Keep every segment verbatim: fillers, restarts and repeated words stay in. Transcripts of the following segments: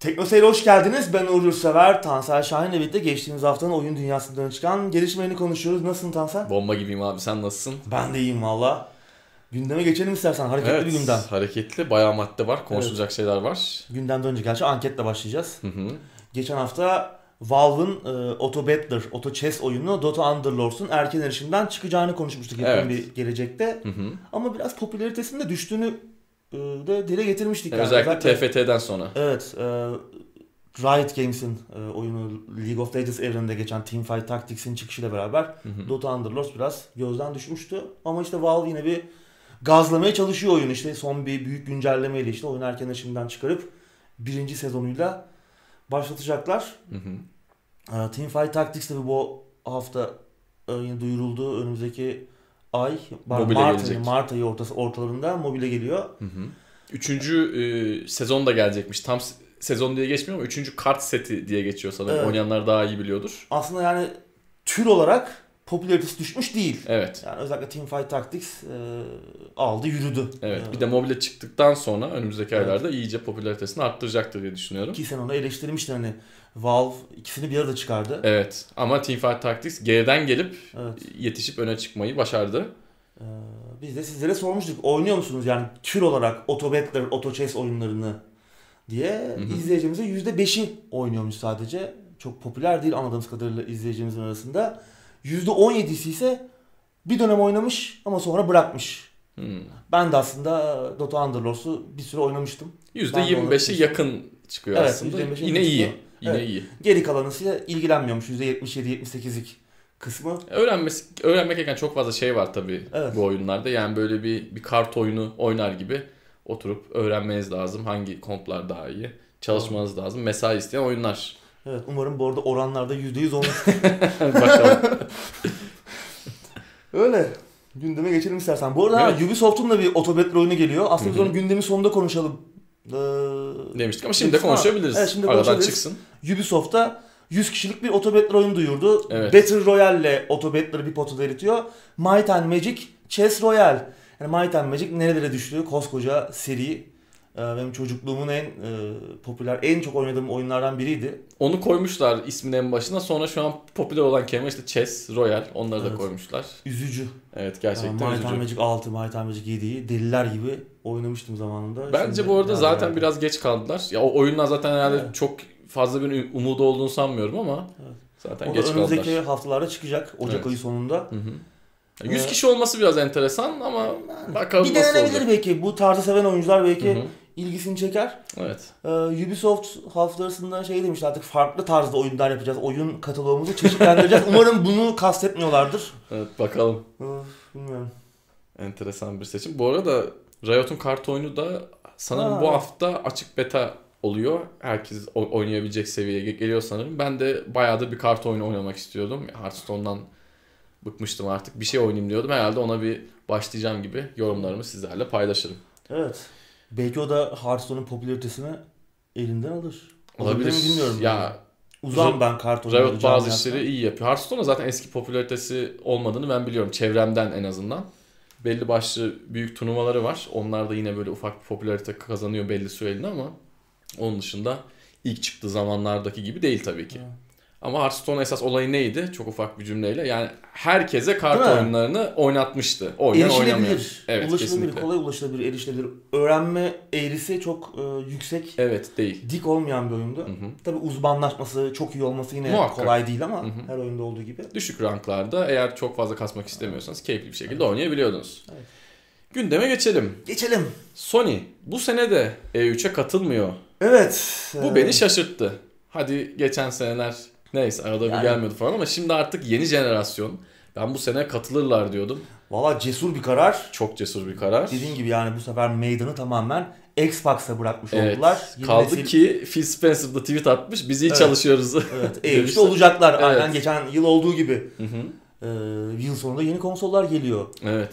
Teknoseyir'e hoş geldiniz. Ben Uğur Yurtsever, Tansel Şahin'le birlikte geçtiğimiz haftanın oyun dünyasından çıkan gelişmelerini konuşuyoruz. Nasılsın Tansel? Bomba gibiyim abi, sen nasılsın? Ben de iyiyim valla. Gündeme geçelim istersen. Hareketli Evet, bir gündem. hareketli. Bayağı madde var. Konuşulacak evet. şeyler var. Gündemden önce gerçi anketle başlayacağız. Hı hı. Geçen hafta Valve'ın e, Auto Battler, Auto Chess oyunu Dota Underlords'un erken erişimden çıkacağını konuşmuştuk yakın evet. bir gelecekte. Hı hı. Ama biraz popülaritesinin de düştüğünü e, de dile getirmiştik. Yani. Özellikle T F T'den sonra. Evet. E, Riot Games'in e, oyunu League of Legends evreninde geçen Teamfight Tactics'in çıkışıyla beraber hı hı. Dota Underlords biraz gözden düşmüştü. Ama işte Valve yine bir gazlamaya çalışıyor oyunu. İşte son bir büyük güncellemeyle işte oyunu erken erişimden çıkarıp birinci sezonuyla başlatacaklar. Hı hı. E, Teamfight Tactics tabi bu hafta e, yine duyuruldu. Önümüzdeki ay mobile Mart gelecek. ayı, Mart ayı ortası, ortalarında mobile geliyor. Hı hı. Üçüncü e, sezon da gelecekmiş. Tam sezon diye geçmiyor ama üçüncü kart seti diye geçiyor sanırım. Evet. Oynayanlar daha iyi biliyordur. Aslında yani tür olarak popülaritesi düşmüş değil. Evet. Yani özellikle Teamfight Tactics e, aldı yürüdü. Evet. Bir de mobile çıktıktan sonra önümüzdeki evet. aylarda iyice popülaritesini arttıracaktır diye düşünüyorum. Ki sen onu eleştirmiştin hani Valve ikisini bir arada çıkardı. Evet. Ama Teamfight Tactics geriden gelip evet. yetişip öne çıkmayı başardı. Ee, biz de sizlere sormuştuk. Oynuyor musunuz yani tür olarak Auto Battler, Auto Chess oyunlarını diye. Hı hı. İzleyicimizin yüzde beşi oynuyormuş sadece. Çok popüler değil anladığımız kadarıyla izleyicimizin arasında. yüzde on yedisi ise bir dönem oynamış ama sonra bırakmış. Hmm. Ben de aslında Dota Underlords'u bir süre oynamıştım. yüzde yirmi beşi yakın çıkıyor evet, aslında. Yine iyi. Yine evet. iyi. Geri kalanısıyla ilgilenmiyormuş. yüzde yetmiş yedi yetmiş sekizlik kısmı. Öğrenmesi, öğrenmek gereken çok fazla şey var tabii evet. bu oyunlarda. Yani böyle bir, bir kart oyunu oynar gibi oturup öğrenmeniz lazım. Hangi komplar daha iyi. Çalışmanız evet. lazım. Mesai isteyen oyunlar. Evet, umarım bu arada oranlarda yüzde yüz olmuş. Bakalım. Öyle. Gündeme geçelim istersen. Bu arada evet. Ubisoft'un da bir Auto Battler oyunu geliyor. Aslında biz onu gündemin sonunda konuşalım. Ee, Demiştik ama şimdi de konuşabiliriz. Evet, şimdi aradan çıksın. Ubisoft'ta yüz kişilik bir Auto Battler oyunu duyurdu. Evet. Battle Royale'le Auto Battler'ı bir potada eritiyor. Might and Magic Chess Royale. Yani Might and Magic nerelere düştü? Koskoca seri. Benim çocukluğumun en e, popüler, en çok oynadığım oyunlardan biriydi. Onu koymuşlar ismin en başına. Sonra şu an popüler olan kelime işte Chess, Royale. Onları evet. da koymuşlar. Üzücü. Evet gerçekten yani Might üzücü. Might and Magic altı, Might and Magic yediyi deliler gibi oynamıştım zamanında. Bence Şimdi bu arada zaten yani. biraz geç kaldılar. Ya o oyunlar zaten herhalde evet. çok fazla bir umudu olduğunu sanmıyorum ama evet. zaten o geç kaldılar. Önümüzdeki haftalarda çıkacak. Ocak evet. ayı sonunda. Hı hı. yüz kişi olması biraz enteresan ama yani, bakalım bir nasıl olacak. denenebilir belki. Bu tarzı seven oyuncular belki... Hı hı. ilgisini çeker. Evet. Ee, Ubisoft haftalarında şey demişti artık farklı tarzda oyunlar yapacağız. Oyun katalogumuzu çeşitlendireceğiz. Umarım bunu kastetmiyorlardır. Evet bakalım. Of, bilmiyorum. Enteresan bir seçim. Bu arada Riot'un kart oyunu da sanırım ha. bu hafta açık beta oluyor. Herkes oynayabilecek seviyeye geliyor sanırım. Ben de bayağıdır bir kart oyunu oynamak istiyordum. Hearthstone'dan bıkmıştım artık. Bir şey oynayayım diyordum. Herhalde ona bir başlayacağım gibi yorumlarımı sizlerle paylaşırım. Evet. Belki o da Hearthstone'un popülaritesini elinden alır. Olabilir. Bilmiyorum. Ya yani. Uzağım ben kart oyunu. Riot bazı işleri iyi yapıyor. Hearthstone'da zaten eski popülaritesi olmadığını ben biliyorum. Çevremden en azından. Belli başlı büyük turnuvaları var. Onlar da yine böyle ufak bir popülarite kazanıyor belli süreliğine ama onun dışında ilk çıktığı zamanlardaki gibi değil tabii ki. Hmm. Ama Hearthstone esas olayı neydi? Çok ufak bir cümleyle. Yani herkese kart oyunlarını oynatmıştı. Oynayan erişilebilir. Evet, ulaşılabilir, kesinlikle. kolay ulaşılabilir, erişilebilir. Öğrenme eğrisi çok e, yüksek. Evet, değil. Dik olmayan bir oyundu. Hı hı. Tabii uzmanlaşması, çok iyi olması yine Muhakkak. kolay değil ama hı hı. her oyunda olduğu gibi. Düşük ranklarda eğer çok fazla kasmak istemiyorsanız evet. keyifli bir şekilde evet. oynayabiliyordunuz. Evet. Gündeme geçelim. Geçelim. Sony bu sene de E üç'e katılmıyor. Evet. Bu ee... beni şaşırttı. Hadi geçen seneler neyse arada yani... bir gelmiyordu falan ama şimdi artık yeni jenerasyon. Ben bu sene katılırlar diyordum. Valla cesur bir karar. Çok cesur bir karar. Dediğin gibi yani bu sefer meydanı tamamen Xbox'a bırakmış evet. oldular. Yeni Kaldı nesil... ki Phil Spencer da tweet atmış. Biz iyi evet. çalışıyoruz. Evet. E üç'te olacaklar. Evet. Aynen geçen yıl olduğu gibi. Hı hı. Ee, yıl sonunda yeni konsollar geliyor. Evet.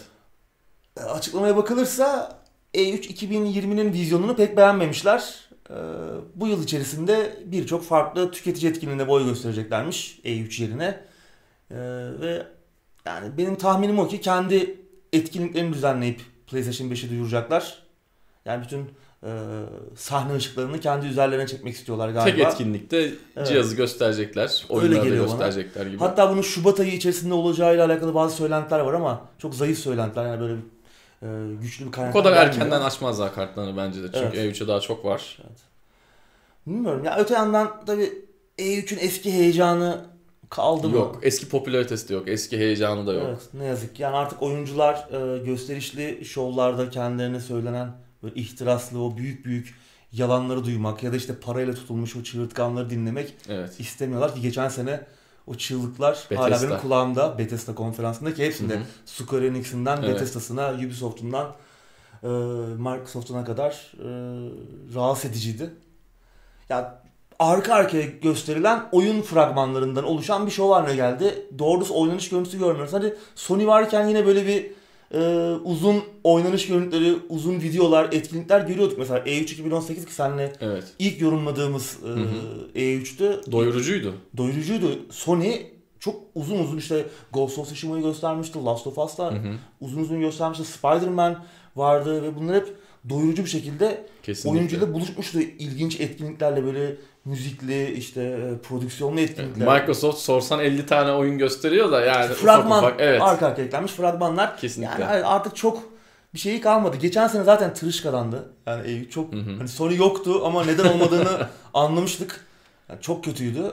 Ee, açıklamaya bakılırsa E üç iki bin yirminin vizyonunu pek beğenmemişler. Ee, bu yıl içerisinde birçok farklı tüketici etkinliğinde boy göstereceklermiş E üç yerine. Ee, ve yani benim tahminim o ki kendi etkinliklerini düzenleyip PlayStation beş'i duyuracaklar. Yani bütün e, sahne ışıklarını kendi üzerlerine çekmek istiyorlar galiba. Tek etkinlikte evet. cihazı gösterecekler, oyunları gösterecekler bana. gibi. Hatta bunun Şubat ayı içerisinde olacağıyla alakalı bazı söylentiler var ama çok zayıf söylentiler. Yani böyle e, güçlü bir kaynak. Bu kadar erkenden açmazlar kartlarını bence de. Çünkü evet. E üçe daha çok var. Evet. Bilmiyorum. Ya öte yandan tabii E üçün eski heyecanı kaldı mı? Yok. Eski popülaritesi de yok. Eski heyecanı da yok. Evet. Ne yazık ki. Yani artık oyuncular e, gösterişli şovlarda kendilerine söylenen böyle ihtiraslı o büyük büyük yalanları duymak ya da işte parayla tutulmuş o çığırtkanları dinlemek evet. istemiyorlar ki geçen sene o çığlıklar Bethesda. Hala benim kulağımda Bethesda konferansındaki hepsinde Hı-hı. Square Enix'inden evet. Bethesda'sına, Ubisoft'undan e, Microsoft'una kadar e, rahatsız ediciydi. Yani arka arkaya gösterilen oyun fragmanlarından oluşan bir şov haline geldi. Doğrusu oynanış görüntüsü görmüyoruz. Hadi Sony varken yine böyle bir e, uzun oynanış görüntüleri, uzun videolar, etkinlikler görüyorduk. Mesela E üç iki bin on sekiz ki seninle evet. ilk yorumladığımız e, E üç'tü. Doyurucuydu. Doyurucuydu. Sony çok uzun uzun işte Ghost of Tsushima'yı göstermişti. Last of Us'ta uzun uzun göstermişti. Spider-Man vardı ve bunlar hep doyurucu bir şekilde kesinlikle. Oyuncuyla buluşmuştu. İlginç etkinliklerle böyle müzikli işte prodüksiyonlu etkinlikler. Microsoft sorsan elli tane oyun gösteriyor da yani fragman, ufak ufak evet. arka arkaya eklenmiş fragmanlar. Kesinlikle. Yani artık çok bir şeyi kalmadı. Geçen sene zaten tırışkadandı. Yani E üç çok hı hı. hani Sony yoktu ama neden olmadığını anlamıştık. Yani çok kötüydü.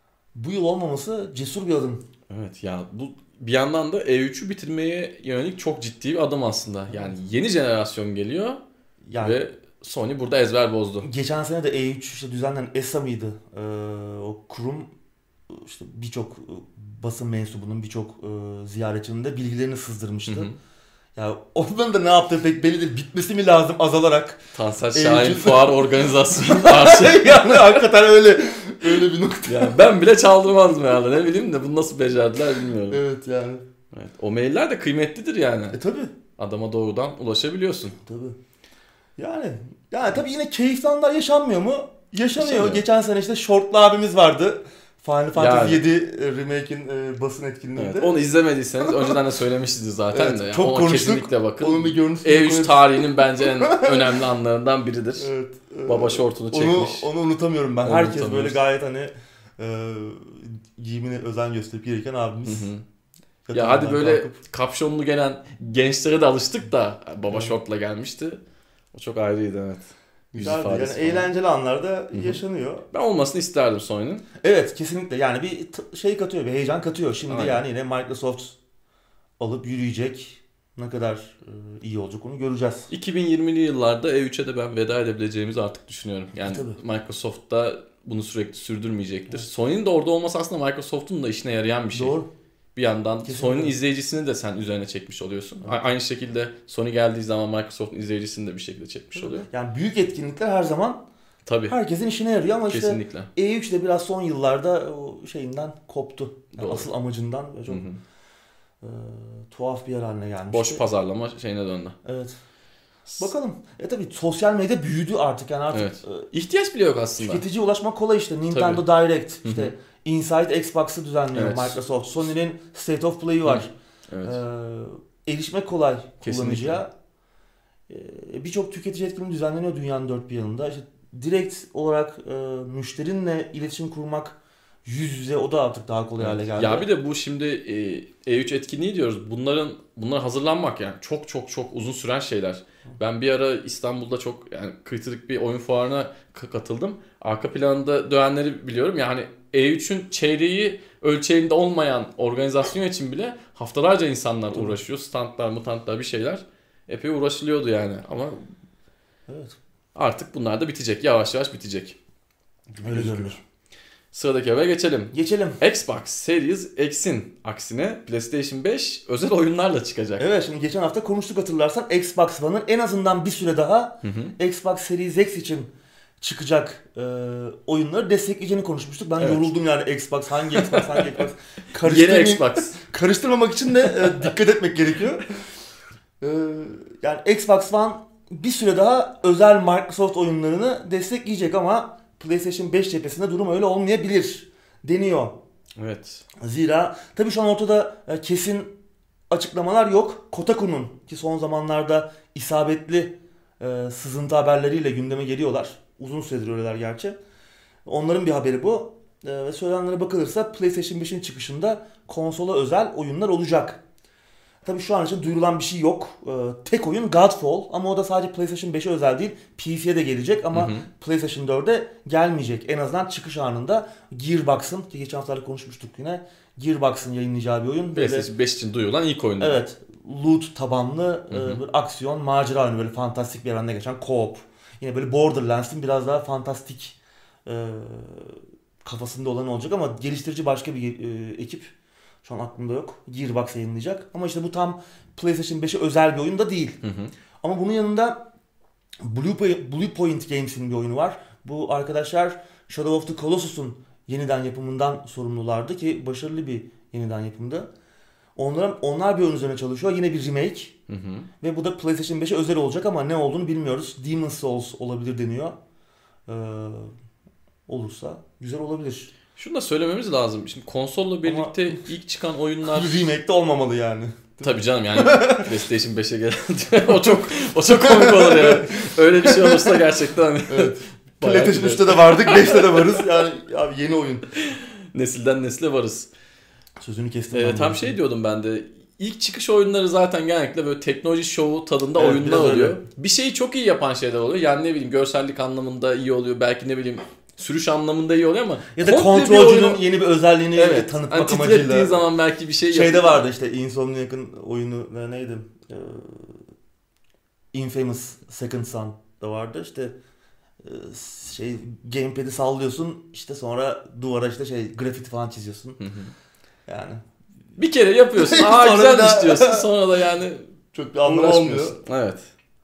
Bu yıl olmaması cesur bir adım. Evet ya bu bir yandan da E üç'ü bitirmeye yönelik çok ciddi bir adım aslında. Yani yeni jenerasyon geliyor yani, ve Sony burada ezber bozdu. Geçen sene de E üç işte düzenlenen E S A mıydı? Ee, o kurum işte birçok basın mensubunun birçok e, ziyaretçinin de bilgilerini sızdırmıştı. Hı hı. Ya onların da ne yaptığı pek belli değil. Bitmesi mi lazım azalarak? Tansel Şahin fuar organizasyonu arşiv. Yani hakikaten öyle öyle bir nokta. Yani ben bile çaldırmazdım yani. Ne bileyim de bunu nasıl becerdiler bilmiyorum. Evet yani. Evet. O mailler de kıymetlidir yani. E tabii. Adama doğrudan ulaşabiliyorsun. Tabii. Yani yani tabii yine keyifli anlar yaşanmıyor mu? Yaşanıyor. Yaşanıyor. Geçen sene işte Short'lu abimiz vardı. Final Fantasy yani. yedi Remake'in e, basın etkinliğinde. Evet, onu izlemediyseniz önceden de söylemiştiniz zaten evet, de. Yani çok ona konuştuk. Kesinlikle bakın. Onun bir görüntüsünü E üç tarihinin bence en önemli anlarından biridir. Evet, e, Baba şortunu çekmiş. Onu, onu unutamıyorum ben. Onu Herkes böyle gayet hani e, giyimine özen gösterip gelirken abimiz. Hı hı. Ya hadi böyle kalkıp kapşonlu gelen gençlere de alıştık da baba evet. şortla gelmişti. O çok ayrıydı evet. Güzeldi yani falan. Eğlenceli anlarda Hı-hı. yaşanıyor. Ben olmasını isterdim Sony'nin. Evet kesinlikle yani bir t- şey katıyor, bir heyecan katıyor. Şimdi Aynen. yani yine Microsoft alıp yürüyecek, ne kadar e, iyi olacak onu göreceğiz. iki bin yirmili yıllarda E üçe de ben veda edebileceğimizi artık düşünüyorum. Yani e, Microsoft da bunu sürekli sürdürmeyecektir. Evet. Sony'nin de orada olması aslında Microsoft'un da işine yarayan bir şey. Doğru. Bir yandan Kesinlikle. Sony'nin izleyicisini de sen üzerine çekmiş oluyorsun. Evet. Aynı şekilde Sony geldiği zaman Microsoft'un izleyicisini de bir şekilde çekmiş evet. oluyor. Yani büyük etkinlikler her zaman Tabii. herkesin işine yarıyor ama Kesinlikle. işte E üç de biraz son yıllarda o şeyinden koptu. Yani asıl amacından çok e, tuhaf bir yer haline gelmişti. Boş pazarlama şeyine döndü. Evet. Bakalım. E tabii sosyal medya büyüdü artık yani artık. Evet. E, İhtiyaç bile yok aslında. Tüketiciye ulaşmak kolay işte. Nintendo tabii. Direct, işte Hı-hı. Inside Xbox'ı düzenliyor evet. Microsoft. Sony'nin State of Play'i var. Evet. Ee, erişmek kolay kullanıcıya. Ee, Birçok tüketici etkinliği düzenleniyor dünyanın dört bir yanında. İşte direkt olarak e, müşterinle iletişim kurmak yüz yüze o da artık daha kolay evet. hale geldi. Ya bir de bu şimdi e, E3 etkinliği diyoruz. Bunların bunlar hazırlanmak yani çok çok çok uzun süren şeyler. Ben bir ara İstanbul'da çok yani kritik bir oyun fuarına katıldım. Arka planda dönenleri biliyorum. Yani E üçün çeyreği ölçeğinde olmayan organizasyon için bile haftalarca insanlar uğraşıyor. Standlar, mutantlar bir şeyler. Epey uğraşılıyordu yani ama evet. artık bunlar da bitecek. Yavaş yavaş bitecek. Öyle görünür. Sıradaki eve geçelim. Geçelim. Xbox Series X'in aksine PlayStation beş özel oyunlarla çıkacak. Evet şimdi geçen hafta konuştuk hatırlarsan Xbox One'ın en azından bir süre daha hı hı. Xbox Series X için çıkacak e, oyunları destekleyeceğini konuşmuştuk. Ben evet. yoruldum yani Xbox hangi Xbox hangi Xbox Yeni Xbox. Karıştırmamak için de e, dikkat etmek gerekiyor. E, yani Xbox One bir süre daha özel Microsoft oyunlarını destekleyecek ama PlayStation beş cephesinde durum öyle olmayabilir deniyor. Evet. Zira tabii şu an ortada kesin açıklamalar yok. Kotaku'nun ki son zamanlarda isabetli e, sızıntı haberleriyle gündeme geliyorlar. Uzun süredir öyleler gerçi. Onların bir haberi bu. E, ve söylenenlere bakılırsa PlayStation beşin çıkışında konsola özel oyunlar olacak. Tabii şu an için duyurulan bir şey yok. E, tek oyun Godfall ama o da sadece PlayStation beşe özel değil. P C'ye de gelecek ama hı hı. PlayStation dörde gelmeyecek. En azından çıkış anında Gearbox'ın, ki geçen haftalarda konuşmuştuk yine, Gearbox'ın yayınlayacağı bir oyun. PlayStation beş için duyurulan ilk oyun. Evet. Loot tabanlı hı hı. E, bir aksiyon, macera oyunu, böyle fantastik bir evrende geçen co-op. Yine böyle Borderlands'in biraz daha fantastik e, kafasında olan olacak ama geliştirici başka bir e, ekip. Şu an aklımda yok. Gearbox yayınlayacak. Ama işte bu tam PlayStation beşe özel bir oyun da değil. Hı hı. Ama bunun yanında Blue, Blue Point Games'in bir oyunu var. Bu arkadaşlar Shadow of the Colossus'un yeniden yapımından sorumlulardı ki başarılı bir yeniden yapımdı. Onlar, onlar bir oyun üzerine çalışıyor. Yine bir remake. Hı hı. Ve bu da PlayStation beşe özel olacak ama ne olduğunu bilmiyoruz. Demon's Souls olabilir deniyor. Ee, olursa güzel olabilir. Şunu da söylememiz lazım. Şimdi konsolla birlikte ama ilk çıkan oyunlar... remake de olmadı yani. Tabii canım yani PlayStation beşe gelen o çok o çok komik olur yani. Öyle bir şey olursa gerçekten hani. Evet. PlayStation üçte de vardık, beşte de varız. Yani abi yeni oyun. Nesilden nesile varız. Sözünü kestim. Ee, tam şey diyordum ben de. İlk çıkış oyunları zaten genellikle böyle teknoloji şovu tadında evet, oyunlar oluyor. Öyle. Bir şeyi çok iyi yapan şeyler oluyor. Yani ne bileyim görsellik anlamında iyi oluyor. Belki ne bileyim sürüş anlamında iyi oluyor ama ya da kontrolcünün oyunu... yeni bir özelliğini evet, tanıtmak yani amacıyla. Titrettiğin zaman belki bir şey şeyde yapıyor. Vardı işte Insomniac'ın oyunu neydi? Ee, Infamous Second Son da vardı. İşte e, şey gamepad'i sallıyorsun işte sonra duvara işte şey grafiti falan çiziyorsun. Hı hı. Yani bir kere yapıyorsun. Aa güzelmiş da... diyorsun. Sonra da yani çok bir anlamı olmuyor. Evet.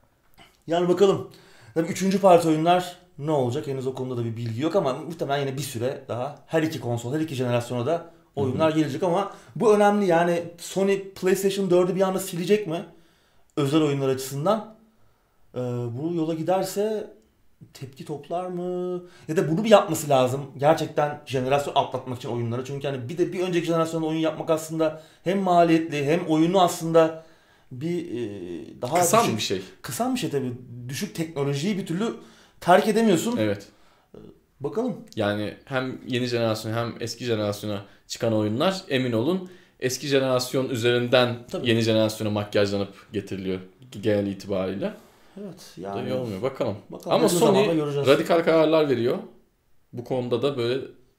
Yani bakalım. Tabii üçüncü parti oyunlar ne olacak? Henüz o konuda da bir bilgi yok ama muhtemelen yine bir süre daha her iki konsol, her iki jenerasyona da oyunlar Hı-hı. gelecek ama bu önemli. Yani Sony PlayStation dördü bir anda silecek mi? Özel oyunlar açısından. Ee, bu yola giderse tepki toplar mı? Ya da bunu bir yapması lazım. Gerçekten jenerasyon atlatmak için oyunlara. Çünkü hani bir de bir önceki jenerasyonda oyun yapmak aslında hem maliyetli hem oyunu aslında bir e, daha kısan düşük, bir şey. Kısan bir şey tabii. Düşük teknolojiyi bir türlü terk edemiyorsun. Evet. Bakalım. Yani hem yeni jenerasyon hem eski jenerasyona çıkan oyunlar emin olun eski jenerasyon üzerinden tabii. Yeni jenerasyona makyajlanıp getiriliyor genel itibariyle. Evet. Yani. Da iyi olmuyor. Bakalım. Bakalım. Ama Sony radikal kararlar veriyor. Bu konuda da böyle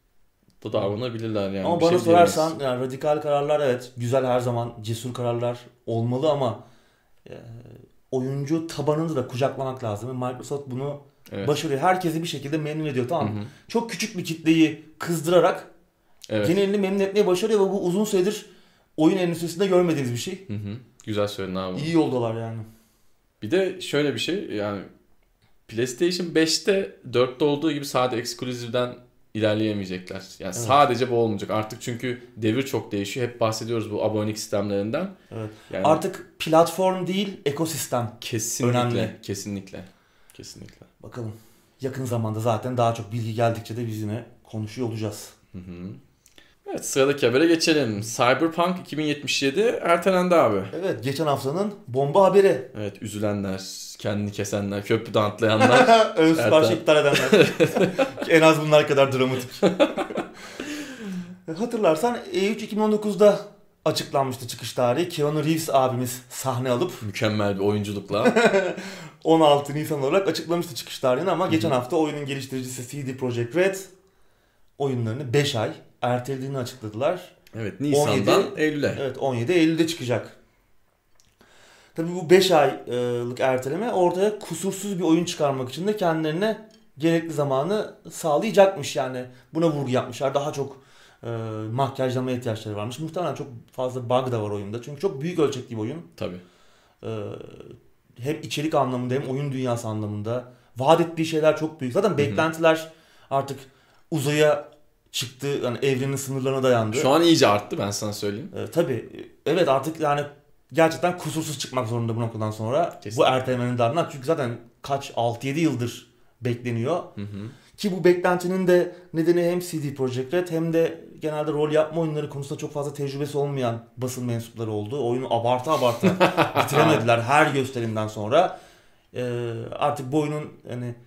da davranabilirler yani. Ama bir bana şey sorarsan yani radikal kararlar evet güzel her zaman cesur kararlar olmalı ama e, oyuncu tabanını da kucaklamak lazım. Microsoft bunu evet. başarıyor. Herkesi bir şekilde memnun ediyor tamam mı? Hı hı. Çok küçük bir kitleyi kızdırarak evet. genelini memnun etmeye başarıyor ve bu uzun süredir oyun endüstrisinde görmediğimiz bir şey. Hı hı. Güzel söyledin abi. İyi yoldalar yani. Bir de şöyle bir şey yani PlayStation beşte dörtte olduğu gibi sadece ekskluzivden ilerleyemeyecekler. Yani evet. sadece bu olmayacak. Artık çünkü devir çok değişiyor. Hep bahsediyoruz bu abonelik sistemlerinden. Evet. Yani artık platform değil, ekosistem. Kesinlikle. Önemli. Kesinlikle. Kesinlikle. Bakalım. Yakın zamanda zaten daha çok bilgi geldikçe de biz yine konuşuyor olacağız. Hı hı. Evet sıradaki habere geçelim. Cyberpunk iki bin yetmiş yedi ertelendi abi. Evet geçen haftanın bomba haberi. Evet üzülenler, kendini kesenler, köprüden atlayanlar. Ön sipariş iptal edenler. En az bunlar kadar dramatik. Hatırlarsan E üç iki bin on dokuzda açıklanmıştı çıkış tarihi. Keanu Reeves abimiz sahne alıp. Mükemmel bir oyunculukla. on altı Nisan olarak açıklamıştı çıkış tarihini ama Hı-hı. geçen hafta oyunun geliştiricisi C D Projekt Red oyunlarını beş ay ertelediğini açıkladılar. Evet Nisan'dan on yedi, Eylül'e. Evet on yedi Eylül'de çıkacak. Tabii bu beş aylık erteleme ortaya kusursuz bir oyun çıkarmak için de kendilerine gerekli zamanı sağlayacakmış yani. Buna vurgu yapmışlar. Daha çok e, makyajlamaya ihtiyaçları varmış. Muhtemelen çok fazla bug da var oyunda. Çünkü çok büyük ölçekli bir oyun. Tabii. E, hem içerik anlamında hem oyun dünyası anlamında vaat ettiği şeyler çok büyük. Zaten Hı-hı. beklentiler artık uzaya çıktı. Yani evrenin sınırlarına dayandı. Şu an iyice arttı ben sana söyleyeyim. E, tabii. Evet artık yani gerçekten kusursuz çıkmak zorunda bu noktadan sonra. Kesinlikle. Bu ertelemenin ardından. Çünkü zaten kaç altı yedi yıldır bekleniyor. Hı hı. Ki bu beklentinin de nedeni hem C D Projekt Red hem de genelde rol yapma oyunları konusunda çok fazla tecrübesi olmayan basın mensupları oldu. Oyunu abartı abartı bitiremediler her gösterimden sonra. Ee, artık bu oyunun hani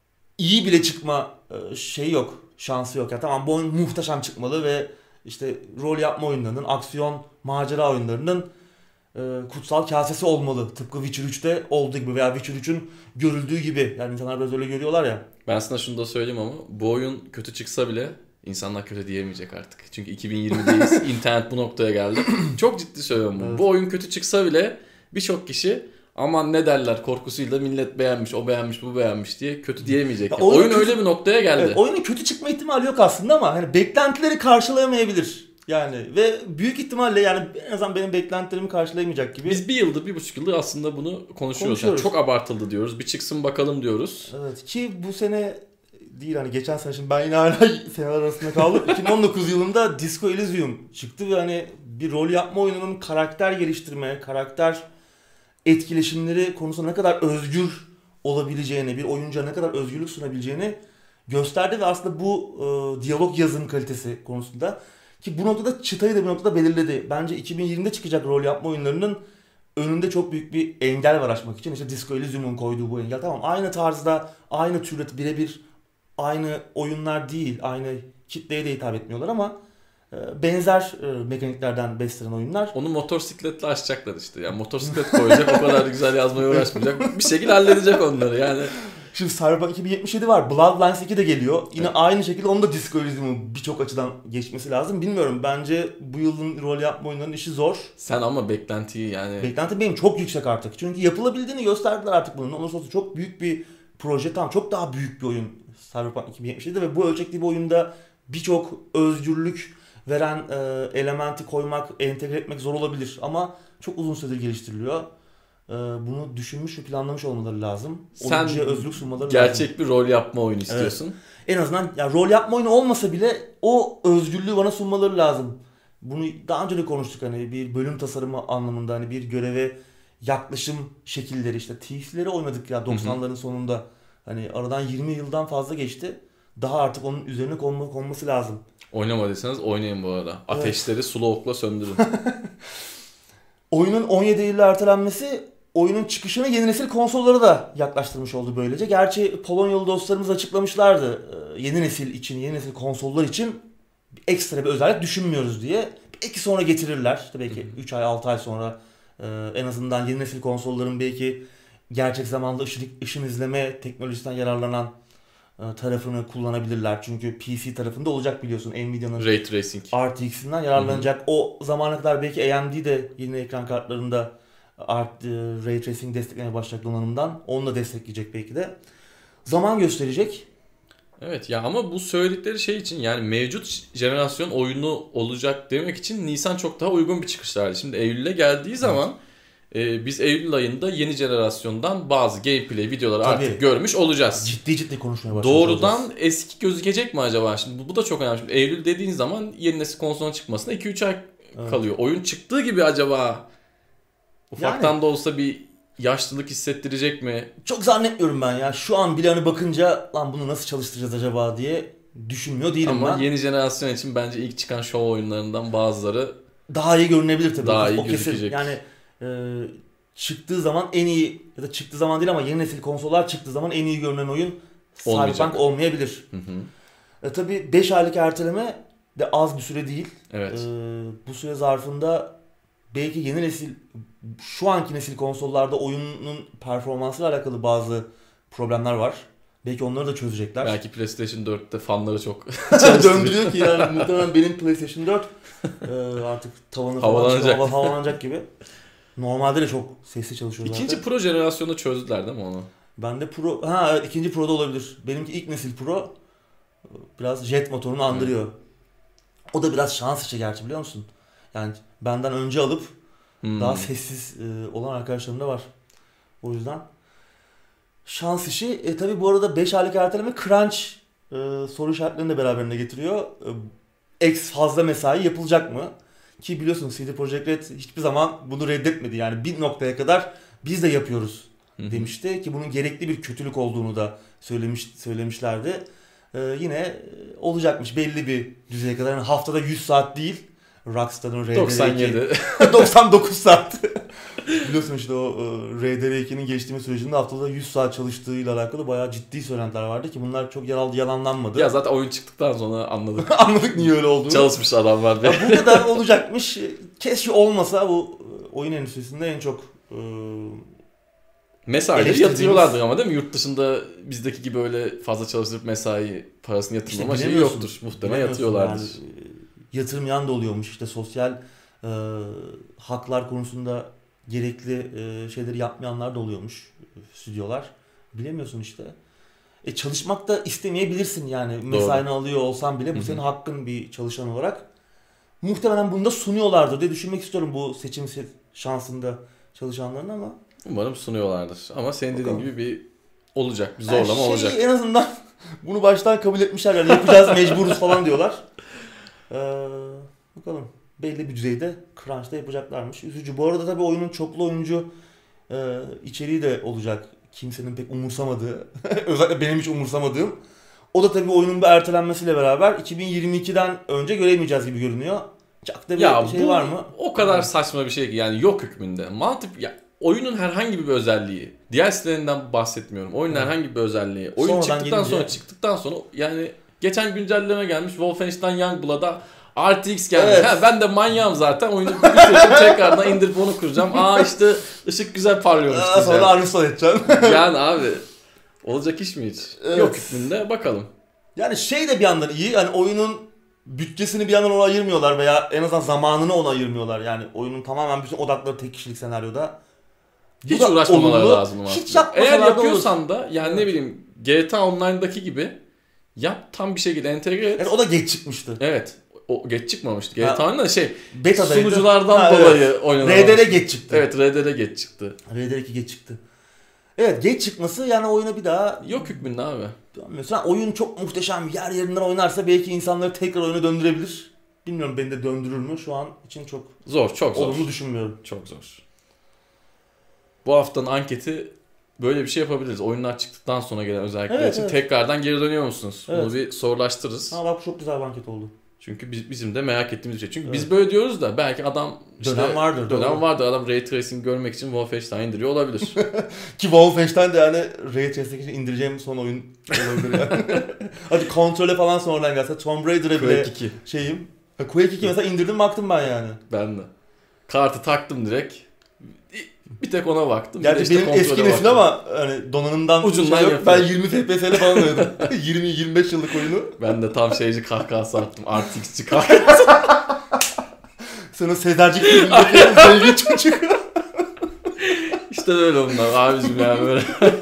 iyi bile çıkma e, şeyi yok. Şansı yok. Ya tamam bu oyun muhteşem çıkmalı ve işte rol yapma oyunlarının, aksiyon, macera oyunlarının e, kutsal kasesi olmalı. Tıpkı Witcher üçte olduğu gibi veya Witcher üçün görüldüğü gibi. Yani insanlar biraz öyle görüyorlar ya. Ben sana şunu da söyleyeyim ama bu oyun kötü çıksa bile insanlar kötü diyemeyecek artık. Çünkü iki bin yirmideyiz. İnternet bu noktaya geldi. Çok ciddi söylüyorum bu. Evet. Bu oyun kötü çıksa bile birçok kişi aman ne derler korkusuyla millet beğenmiş, o beğenmiş, bu beğenmiş diye kötü diyemeyecek. Ya, oyun, oyun kötü, öyle bir noktaya geldi. Evet, oyunun kötü çıkma ihtimali yok aslında ama hani beklentileri karşılayamayabilir. Yani ve büyük ihtimalle yani en azından benim beklentilerimi karşılayamayacak gibi. Biz bir yıldır, bir buçuk yıldır aslında bunu konuşuyoruz. konuşuyoruz. Yani çok abartıldı diyoruz. Bir çıksın bakalım diyoruz. Evet ki bu sene değil hani geçen sene, şimdi ben yine hala seneler arasında kaldım. iki bin on dokuz yılında Disco Elysium çıktı ve hani bir rol yapma oyununun karakter geliştirme, karakter etkileşimleri konusunda ne kadar özgür olabileceğini, bir oyuncuya ne kadar özgürlük sunabileceğini gösterdi ve aslında bu e, diyalog yazım kalitesi konusunda ki bu noktada çıtayı da bir noktada belirledi. Bence iki bin yirmide çıkacak rol yapma oyunlarının önünde çok büyük bir engel var aşmak için. İşte Disco Elysium'un koyduğu bu engel. Tamam aynı tarzda, aynı türde birebir aynı oyunlar değil, aynı kitleye de hitap etmiyorlar ama benzer mekaniklerden beslenen oyunlar. Onu motosikletle aşacaklar işte. Yani motosiklet koyacak, o kadar güzel yazmaya uğraşmayacak. Bir şekilde halledecek onları yani. Şimdi Cyberpunk iki bin yetmiş yedi var. Bloodlines iki de geliyor. Yine evet. Aynı şekilde onun da Disco Elysium'un birçok açıdan geçmesi lazım. Bilmiyorum. Bence bu yılın rol yapma oyunlarının işi zor. Sen ama beklentiyi yani... Beklenti benim çok yüksek artık. Çünkü yapılabildiğini gösterdiler artık bunun. Ondan sonra çok büyük bir proje. Tamam çok daha büyük bir oyun Cyberpunk iki bin yetmiş yedi ve bu ölçekli bir oyunda birçok özgürlük veren e, elementi koymak, entegre etmek zor olabilir. Ama çok uzun süredir geliştiriliyor. E, bunu düşünmüş ve planlamış olmaları lazım. Sen oyuncuya özgürlük sunmaları gerçek lazım. Bir rol yapma oyunu istiyorsun. Evet. En azından ya, rol yapma oyunu olmasa bile o özgürlüğü bana sunmaları lazım. Bunu daha önce de konuştuk hani bir bölüm tasarımı anlamında hani bir göreve yaklaşım şekilleri işte Thief'leri oynadık ya doksanların sonunda. Hani aradan yirmi yıldan fazla geçti. Daha artık onun üzerine konma, konması lazım. Oynamadıysanız oynayın bu arada. Evet. Ateşleri sulu okla söndürün. Oyunun on yedi Eylül'e ertelenmesi oyunun çıkışını yeni nesil konsollara da yaklaştırmış oldu böylece. Gerçi Polonyalı dostlarımız açıklamışlardı. Yeni nesil için, yeni nesil konsollar için ekstra bir özellik düşünmüyoruz diye. Belki sonra getirirler. İşte belki üç ay altı ay sonra en azından yeni nesil konsolların belki gerçek zamanlı ışın, ışın izleme teknolojisinden yararlanan tarafını kullanabilirler. Çünkü P C tarafında olacak biliyorsun. Nvidia'nın Ray Tracing R T X'inden yararlanacak. Hı-hı. O zamana kadar belki A M D de yeni ekran kartlarında Art, Ray Tracing desteklemeye başlayacak donanımdan. Onu da destekleyecek belki de. Zaman gösterecek. Evet ya ama bu söyledikleri şey için yani mevcut jenerasyon oyunu olacak demek için Nisan çok daha uygun bir çıkış tarihi. Şimdi Eylül'e geldiği zaman evet. e, biz Eylül ayında yeni jenerasyondan bazı gameplay videoları Tabii. artık görmüş olacağız. Ciddi ciddi konuşmaya başlayacağız. Doğrudan olacağız. Eski gözükecek mi acaba? Şimdi bu, bu da çok önemli. Şimdi Eylül dediğin zaman yeni nesil konsolun çıkmasına iki üç ay evet. kalıyor. Oyun çıktığı gibi acaba ufaktan yani, da olsa bir yaşlılık hissettirecek mi? Çok zannetmiyorum ben ya. Şu an bile hani bakınca lan bunu nasıl çalıştıracağız acaba diye düşünmüyor değilim Ama ben. Ama yeni jenerasyon için bence ilk çıkan show oyunlarından bazıları daha iyi görünebilir tabii. Daha iyi o gözükecek. Kesin. Yani e, çıktığı zaman en iyi ya da çıktığı zaman değil ama yeni nesil konsollar çıktığı zaman en iyi görünen oyun Cyberpunk olmayabilir. Hı hı. E, tabii beş aylık erteleme de az bir süre değil. Evet. E, bu süre zarfında belki yeni nesil şu anki nesil konsollarda oyunun performansıyla alakalı bazı problemler var. Belki onları da çözecekler. Belki PlayStation dörtte fanları çok döndürüyor ki yani muhtemelen benim PlayStation dört e, artık tavanı havalanacak. Falan havalanacak gibi. Normalde de çok sesli çalışıyor zaten. İkinci Pro jenerasyonda çözdüler değil mi onu? Bende Pro, ha evet ikinci Pro'da olabilir. Benimki ilk nesil Pro biraz jet motorunu andırıyor. Hmm. O da biraz şans işi gerçi biliyor musun? Yani benden önce alıp hmm. daha sessiz e, olan arkadaşlarım da var. O yüzden şans işi. E tabi bu arada beş aylık erteleme crunch e, soru işaretlerini de beraberinde getiriyor. E, X fazla mesai yapılacak mı? Ki biliyorsun C D Projekt Red hiçbir zaman bunu reddetmedi. Yani bir noktaya kadar biz de yapıyoruz demişti. Hı hı. Ki bunun gerekli bir kötülük olduğunu da söylemiş söylemişlerdi. Ee, yine olacakmış belli bir düzeye kadar. Yani haftada yüz saat değil. Rockstar'ın R D R iki doksan yedi doksan dokuz saat. Biliyorsun işte o R D R ikinin geçtiğimiz sürecinde haftada yüz saat çalıştığıyla alakalı bayağı ciddi söylentiler vardı ki bunlar çok yalan, yalanlanmadı. Ya zaten oyun çıktıktan sonra anladık. Anladık niye öyle olduğunu. Çalışmış adam var be. Ya bu kadar olacakmış. Keşke olmasa. Bu oyun endüstrisinde en çok e, mesaileri yatırıyorlardır ama değil mi? Yurt dışında bizdeki gibi öyle fazla çalıştırıp mesai parasını yatırmama işte şeyi yoktur. Muhtemelen yatıyorlardır. Yani, yatırmayan da oluyormuş. İşte sosyal e, haklar konusunda gerekli e, şeyleri yapmayanlar da oluyormuş stüdyolar. Bilemiyorsun işte. E, çalışmak da istemeyebilirsin yani. Mesaini alıyor olsan bile bu Hı-hı. senin hakkın bir çalışan olarak. Muhtemelen bunu da sunuyorlardır diye düşünmek istiyorum bu seçim şansında çalışanların ama. Umarım sunuyorlardır. Ama senin dediğin gibi bir olacak, bir zorlama yani şey, olacak. En azından bunu baştan kabul etmişler yani yapacağız mecburuz falan diyorlar. Ee, bakalım. Belli bir düzeyde crunch'ta yapacaklarmış. Üzücü. Bu arada tabii oyunun çoklu oyuncu e, içeriği de olacak. Kimsenin pek umursamadığı. Özellikle benim hiç umursamadığım. O da tabii oyunun bir ertelenmesiyle beraber iki bin yirmi ikiden önce göremeyeceğiz gibi görünüyor. Çok da bir ya şey var mı? O kadar saçma bir şey ki yani yok hükmünde. Mantık ya oyunun herhangi bir özelliği. Diğer sitelerinden bahsetmiyorum. Oyunun evet. herhangi bir özelliği. Oyun Sonradan çıktıktan sonra yani. çıktıktan sonra yani geçen güncelleme gelmiş Wolfenstein Youngblood'a R T X gelmiş. Evet. Ha, ben de manyağım zaten. Oyunu bitirdim tekrardan indirip onu kuracağım. Aa işte ışık güzel parlıyormuş. Aa, sonra da uninstall edeceğim. Yani abi olacak iş mi hiç? Evet. Yok hükmünde bakalım. Yani şey de bir yandan iyi. Yani oyunun bütçesini bir yandan ona ayırmıyorlar veya en azından zamanını ona ayırmıyorlar. Yani oyunun tamamen bütün odakları tek kişilik senaryoda. Hiç uğraşmamaları olumlu, lazım. Hiç yapmasalar Eğer yapıyorsan da, da yani evet. ne bileyim G T A Online'daki gibi yap tam bir şekilde entegre et. Yani o da geç çıkmıştı. Evet. O geç çıkmamıştı. G T A'nın da şey Beta'daydı. Sunuculardan ha, dolayı evet. oynanamamıştı. R D R geç çıktı. Evet R D R geç çıktı. R D R iki geç çıktı. Evet geç çıkması yani oyuna bir daha... Yok hükmünde abi. Mesela oyun çok muhteşem yer yerinden oynarsa belki insanları tekrar oyuna döndürebilir. Bilmiyorum beni de döndürür mü şu an için çok... Zor çok zor. Olumlu düşünmüyorum. Çok zor. Bu haftanın anketi böyle bir şey yapabiliriz. Oyunlar çıktıktan sonra gelen özellikler evet, için evet. tekrardan geri dönüyor musunuz? Evet. Bunu bir sorulaştırırız. Ha bak çok güzel bir anket oldu. Çünkü biz, bizim de merak ettiğimiz bir şey. Çünkü evet. biz böyle diyoruz da belki adam işte dönem vardır. Dönem doğru. vardır. Adam Ray Tracing görmek için Wolfenstein indiriyor olabilir. Ki Wolfenstein de yani Ray Tracing için indireceğim son oyun olabilir yani. Hadi kontrole falan sonradan gelse Tomb Raider'e bile iki. şeyim. Quake iki mesela indirdim baktım ben yani. Ben de. Kartı taktım direkt. Bir tek ona baktım. Gerçi işte benim eski nesil ama hani donanımdan ucundan şey yok. Ben yirmi F P S'le falan oynadım. yirmi yirmi beş yıllık oyunu. Ben de tam şeyci kahkahası attım. R T X'ci kahkahası. Sana Sezercik filmindeki zengin çocuk. İşte öyle onlar abicim yani böyle.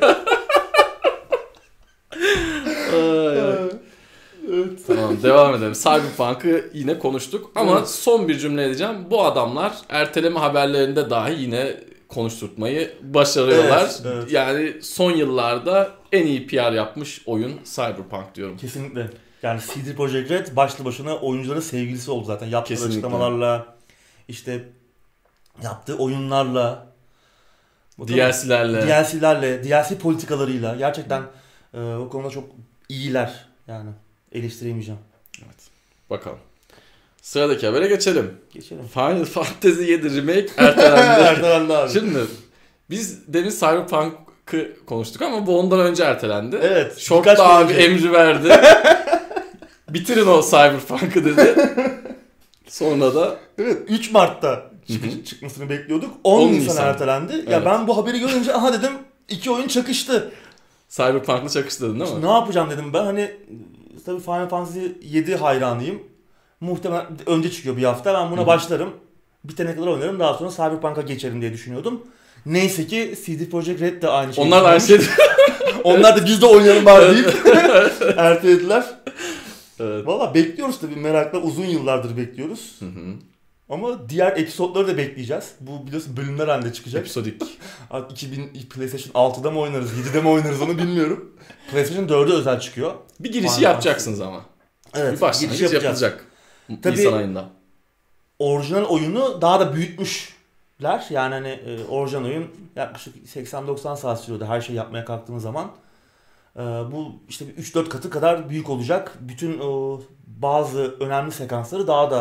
Ay, ay. Evet. Tamam devam edelim. Cyberpunk'ı yine konuştuk ama evet. son bir cümle edeceğim. Bu adamlar erteleme haberlerinde dahi yine konuşturtmayı başarıyorlar. Evet, evet. Yani son yıllarda en iyi P R yapmış oyun Cyberpunk diyorum. Kesinlikle. Yani C D Projekt Red başlı başına oyuncuların sevgilisi oldu zaten. Yaptığı Kesinlikle. açıklamalarla, işte yaptığı oyunlarla, D L C'lerle, D L C'lerle, D L C politikalarıyla gerçekten e, o konuda çok iyiler yani. Eleştiremeyeceğim. Evet. Bakalım. Sıradaki habere geçelim. Geçelim. Final Fantasy yedi Remake ertelendi. ertelendi abi. Şimdi biz demin Cyberpunk'ı konuştuk ama bu ondan önce ertelendi. Evet. Short'ta abi önce. emri verdi. Bitirin o Cyberpunk'ı dedi. Sonra da evet üç Mart'ta çık- çıkmasını bekliyorduk. on Nisan'a ertelendi. Evet. Ya ben bu haberi görünce aha dedim iki oyun çakıştı. Cyberpunk'la çakıştı dedin değil mi? Ne yapacağım dedim ben. Hani tabii Final Fantasy yedi hayranıyım. Muhtemelen önce çıkıyor bir hafta. Ben buna Hı-hı. başlarım. Bitene kadar oynarım. Daha sonra Cyberpunk'a geçerim diye düşünüyordum. Neyse ki C D Projekt Red de aynı şeyi Onlar da aynı şeydi. Onlar da biz de oynayalım bari deyip ertelediler. Evet. Valla bekliyoruz tabii merakla. Uzun yıllardır bekliyoruz. Hı hı. Ama diğer episodları da bekleyeceğiz. Bu biliyorsun bölümler halinde çıkacak. Episodik. iki bin PlayStation altıda mı oynarız, yedide mi oynarız onu bilmiyorum. PlayStation dörde özel çıkıyor. Bir girişi Final yapacaksınız Fantasy. Ama. Evet. Bir başlangıç yapılacak. Tabii, Nisan ayında. Orijinal oyunu daha da büyütmüşler. Yani hani e, orijinal oyun yaklaşık seksen doksan saat sürüyordu her şey yapmaya kalktığınız zaman. E, bu işte üç dört katı kadar büyük olacak. Bütün o bazı önemli sekansları daha da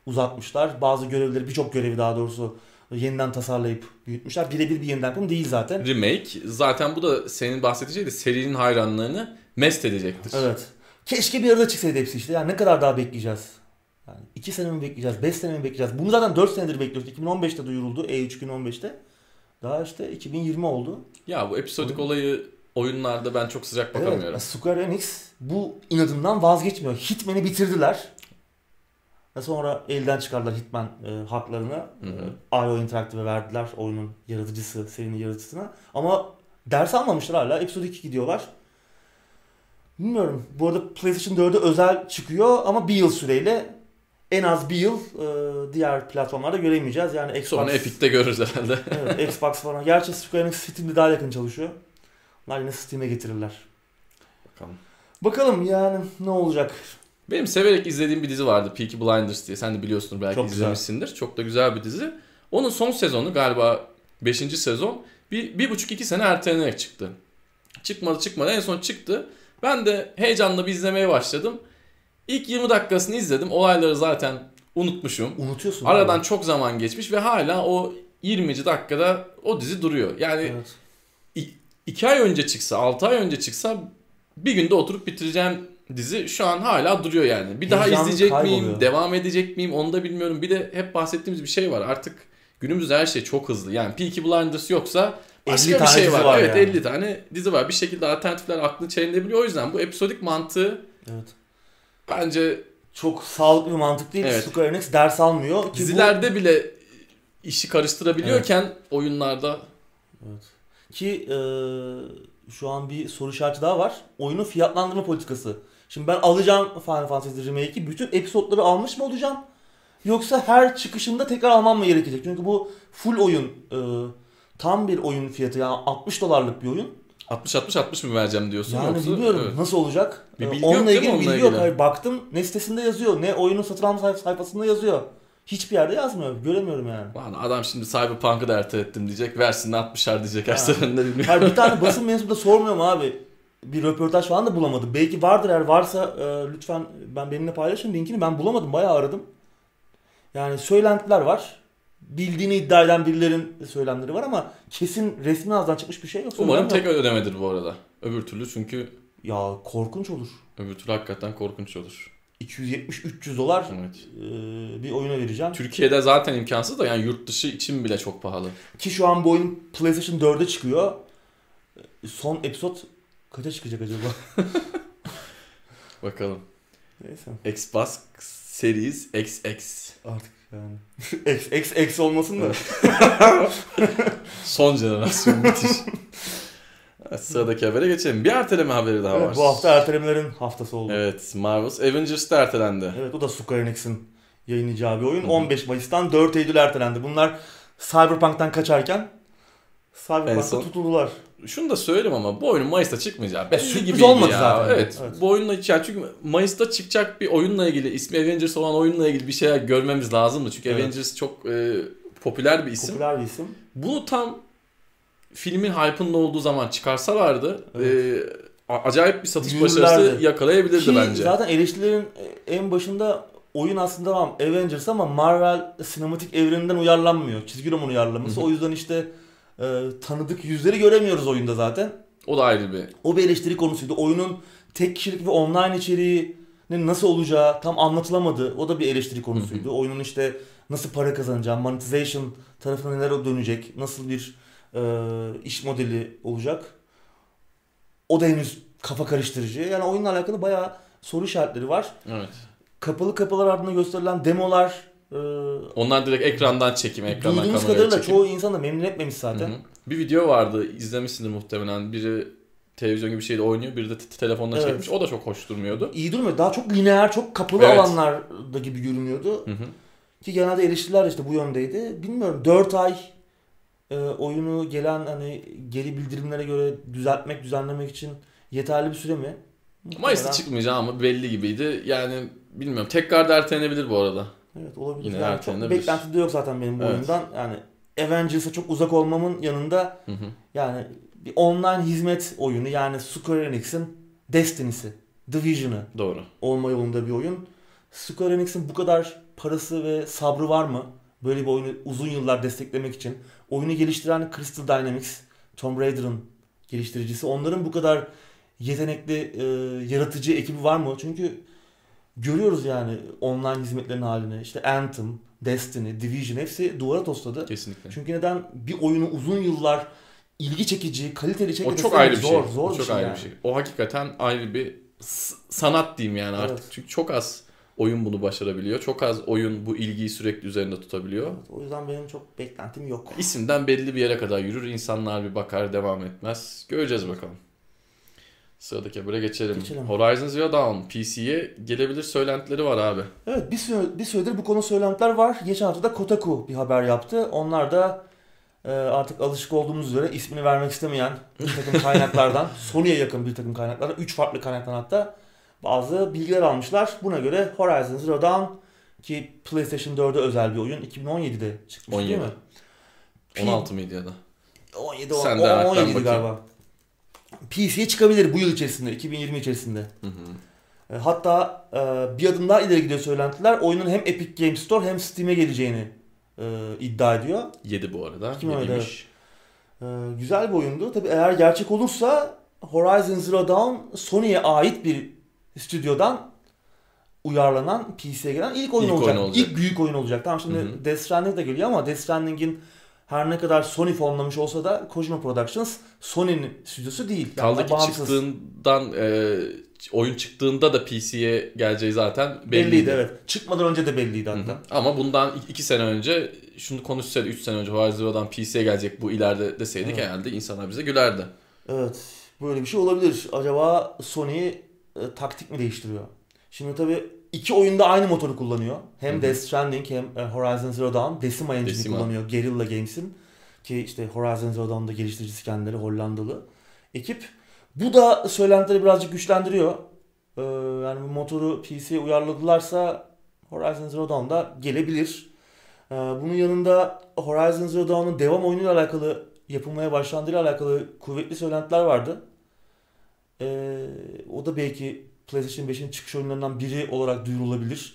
uzatmışlar. Bazı görevleri, birçok görevi daha doğrusu yeniden tasarlayıp büyütmüşler. Birebir bir yeniden yapım değil zaten. Remake. Zaten bu da senin bahsettiğin şey de serinin hayranlarını mest edecektir. Evet. Keşke bir arada çıksaydı hepsi işte. Yani ne kadar daha bekleyeceğiz? Yani iki sene mi bekleyeceğiz? beş sene mi bekleyeceğiz? Bunu zaten dört senedir bekliyoruz. iki bin on beşte duyuruldu. E üç iki bin on beşte. Daha işte iki bin yirmi oldu. Ya bu episodik Oyun... olayı oyunlarda ben çok sıcak bakamıyorum. Evet, Square Enix bu inadından vazgeçmiyor. Hitman'i bitirdiler. Ve sonra elden çıkardılar Hitman e, haklarını. Hı hı. I O Interactive'e verdiler oyunun yaratıcısı, serinin yaratıcısına. Ama ders almamışlar hala. Episode iki gidiyorlar. Bilmiyorum. Bu arada PlayStation dörde özel çıkıyor ama bir yıl süreyle en az bir yıl e, diğer platformlarda göremeyeceğiz. Yani Xbox... Sonra Epic'te görürüz herhalde. Evet, Xbox falan. Gerçi Square Enix Steam'de daha yakın çalışıyor. Onlar yine Steam'e getirirler. Bakalım. Bakalım yani ne olacak? Benim severek izlediğim bir dizi vardı. Peaky Blinders diye. Sen de biliyorsundur belki, çok izlemişsindir. Güzel. Çok da güzel bir dizi. Onun son sezonu galiba beşinci sezon bir, bir buçuk iki sene ertelenerek çıktı. Çıkmadı çıkmadı en son çıktı. Ben de heyecanla bir izlemeye başladım. İlk yirmi dakikasını izledim. Olayları zaten unutmuşum. Unutuyorsun. Aradan abi. Çok zaman geçmiş ve hala o yirminci dakikada o dizi duruyor. Yani evet. iki ay önce çıksa, altı ay önce çıksa bir günde oturup bitireceğim dizi şu an hala duruyor yani. Bir daha Heyecanlı izleyecek kayboluyor. miyim, devam edecek miyim onu da bilmiyorum. Bir de hep bahsettiğimiz bir şey var. Artık günümüzde her şey çok hızlı. Yani Peaky Blinders yoksa başka bir şey var. var evet yani. elli tane dizi var. Bir şekilde alternatifler aklını çevirebiliyor. O yüzden bu episodik mantığı evet. bence çok sağlıklı bir mantık değil. Evet. Square Enix ders almıyor. Ki dizilerde bu... bile işi karıştırabiliyorken evet. oyunlarda evet. Ki e, şu an bir soru işareti daha var. Oyunun fiyatlandırma politikası. Şimdi ben alacağım Final Fantasy Remake'i. Bütün episodları almış mı olacağım? Yoksa her çıkışında tekrar almam mı gerekecek? Çünkü bu full oyun, e, tam bir oyun fiyatı. Yani altmış dolarlık bir oyun. altmış altmış altmış mı vereceğim diyorsun? Yani yoksa, bilmiyorum evet. nasıl olacak. Bir bilgi onunla yok ilgili bilgi yok. Hayır, baktım ne sitesinde yazıyor, ne oyunun satın alma sayfasında yazıyor. Hiçbir yerde yazmıyor. Göremiyorum yani. Adam şimdi Cyberpunk'ı da ertelettim diyecek. Versin altmışar diyecek her seferinde bilmiyorum. Hayır, bir tane basın mensubu da sormuyor mu abi? Bir röportaj falan da bulamadım. Belki vardır, eğer varsa e, lütfen ben benimle paylaşın linkini. Ben bulamadım, bayağı aradım. Yani söylentiler var. Bildiğini iddia eden birilerin söylemleri var ama kesin resmi ağızdan çıkmış bir şey yok. Umarım tek ödemedir bu arada. Öbür türlü çünkü... Ya korkunç olur. Öbür türlü hakikaten korkunç olur. iki yüz yetmiş üç yüz dolar evet. e, bir oyuna vereceğim. Türkiye'de zaten imkansız da yani yurt dışı için bile çok pahalı. Ki şu an bu oyun PlayStation dörde çıkıyor. Son episod kaça çıkacak acaba? Bakalım. Neyse. Xbox Series X X. Artık yani. X X X olmasın da. Son jenerasyon müthiş. Sıradaki habere geçelim. Bir erteleme haberi daha evet, var. Bu hafta ertelemelerin haftası oldu. Evet, Marvel's Avengers da ertelendi. Evet, o da Square Enix'in yayınlayacağı bir oyun. Hı-hı. on beş Mayıs'tan dört Eylül ertelendi. Bunlar Cyberpunk'tan kaçarken Cyberpunk'ta son... tutuldular. Şunu da söyleyeyim ama bu oyunun Mayıs'ta çıkmayacağı belli sürpriz gibiydi olmadı ya. zaten. Evet, evet. Bu oyunla yani çünkü Mayıs'ta çıkacak bir oyunla ilgili, ismi Avengers olan oyunla ilgili bir şeyler görmemiz lazımdı. Çünkü evet. Avengers çok e, popüler bir isim. Popüler bir isim. Bu tam filmin hype'ının olduğu zaman çıkarsalardı evet. e, acayip bir satış Yürürlerdi. başarısı yakalayabilirdi Ki bence. Zaten eleştirilerin en başında oyun aslında tamam Avengers ama Marvel sinematik evreninden uyarlanmıyor. Çizgi roman uyarlaması. Hı-hı. O yüzden işte e, tanıdık yüzleri göremiyoruz oyunda zaten. O da ayrı bir. O bir eleştiri konusuydu. Oyunun tek kişilik ve online içeriğinin nasıl olacağı tam anlatılamadı. O da bir eleştiri konusuydu. Hı-hı. Oyunun işte nasıl para kazanacağı, monetization tarafına neler dönecek, nasıl bir e, iş modeli olacak. O da henüz kafa karıştırıcı. Yani oyunla alakalı bayağı soru işaretleri var. Evet. Kapalı kapılar ardında gösterilen demolar. E, Onlar direkt ekrandan çekim, ekrandan kameraya çekim. Duyduğumuz kadarıyla çoğu insan da memnun etmemiş zaten. Hı hı. Bir video vardı, izlemişsindir muhtemelen. Biri televizyon gibi bir şeyde oynuyor, biri de t- telefonla evet. çekmiş. O da çok hoş durmuyordu. İyi durmuyor. Daha çok lineer, çok kapalı evet. alanlarda gibi görünüyordu. Hı hı. Ki genelde eleştiriler işte bu yöndeydi. Bilmiyorum, dört ay e, oyunu gelen hani geri bildirimlere göre düzeltmek, düzenlemek için yeterli bir süre mi? Mayıs'ta çıkmayacağı ama belli gibiydi. Yani bilmiyorum. Tekrar da ertelenebilir bu arada. Evet, olabilir. Yine yani çok beklenti de yok zaten benim bu evet. oyundan. Yani Avengers'a çok uzak olmamın yanında hı hı. yani bir online hizmet oyunu, yani Square Enix'in Destiny'si, Division'ı doğru. olma yolunda bir oyun. Square Enix'in bu kadar parası ve sabrı var mı? Böyle bir oyunu uzun yıllar desteklemek için. Oyunu geliştiren Crystal Dynamics, Tomb Raider'ın geliştiricisi. Onların bu kadar yetenekli, e, yaratıcı ekibi var mı? Çünkü görüyoruz yani online hizmetlerin halini. İşte Anthem, Destiny, Division hepsi duvara tosladı. Kesinlikle. Çünkü neden? Bir oyunu uzun yıllar ilgi çekici, kaliteli çekmek o çok ayrı bir zor, şey. Zor o bir çok şey ayrı yani. bir şey. O hakikaten ayrı bir sanat diyeyim yani artık. Evet. Çünkü çok az oyun bunu başarabiliyor. Çok az oyun bu ilgiyi sürekli üzerinde tutabiliyor. Evet, o yüzden benim çok beklentim yok. İsimden belli bir yere kadar yürür. İnsanlar bir bakar, devam etmez. Göreceğiz bakalım. Sıradaki habere geçelim. geçelim. Horizon Zero Dawn P C'ye gelebilir söylentileri var abi. Evet, bir, süre, bir süredir bu konu söylentiler var. Geçen hafta da Kotaku bir haber yaptı. Onlar da e, artık alışık olduğumuz üzere ismini vermek istemeyen bir takım kaynaklardan, Sony'ye yakın bir takım kaynaklardan, üç farklı kaynaktan hatta bazı bilgiler almışlar. Buna göre Horizon Zero Dawn, ki PlayStation dörde özel bir oyun, iki bin on yedide çıkmış on yedi. değil mi? on altı mıydı ya da? on yedi, Sen on, de on yedi bakayım. galiba. P C'ye çıkabilir bu yıl içerisinde, iki bin yirmi içerisinde. Hı hı. Hatta bir adım daha ileri gidiyor söylentiler. Oyunun hem Epic Games Store hem Steam'e geleceğini e, iddia ediyor. yedi bu arada. Kim oynadı? yediymiş. E, güzel bir oyundu. Tabii eğer gerçek olursa Horizon Zero Dawn Sony'ye ait bir stüdyodan uyarlanan, P C'ye gelen ilk oyun İlk olacak. oyun olacak. İlk büyük oyun olacak. Tamam, şimdi Hı hı. Death Stranding de geliyor ama Death Stranding'in her ne kadar Sony fonlamış olsa da Kojima Productions Sony'nin stüdyosu değil. Kaldı ki bağımsız. çıktığından e, oyun çıktığında da P C'ye geleceği zaten belliydi. Belliydi, evet. Çıkmadan önce de belliydi hatta. Hı hı. Ama bundan iki sene önce şunu konuşsaydı, üç sene önce Horizon Zero Dawn P C'ye gelecek bu ileride deseydik, Evet. herhalde insanlar bize gülerdi. Evet. Böyle bir şey olabilir. Acaba Sony e, taktik mi değiştiriyor? Şimdi tabii iki oyunda aynı motoru kullanıyor. Hem Hı-hı. Death Stranding hem e, Horizon Zero Dawn Decima engine'i Decima. kullanıyor. Guerrilla Games'in. Ki işte Horizon Zero Dawn'da geliştiricisi kendileri Hollandalı ekip. Bu da söylentileri birazcık güçlendiriyor. Ee, yani bu motoru P C'ye uyarladılarsa Horizon Zero Dawn'da gelebilir. Ee, bunun yanında Horizon Zero Dawn'un devam oyunuyla alakalı, yapılmaya başlandığıyla alakalı kuvvetli söylentiler vardı. Ee, o da belki PlayStation beşin çıkış oyunlarından biri olarak duyurulabilir.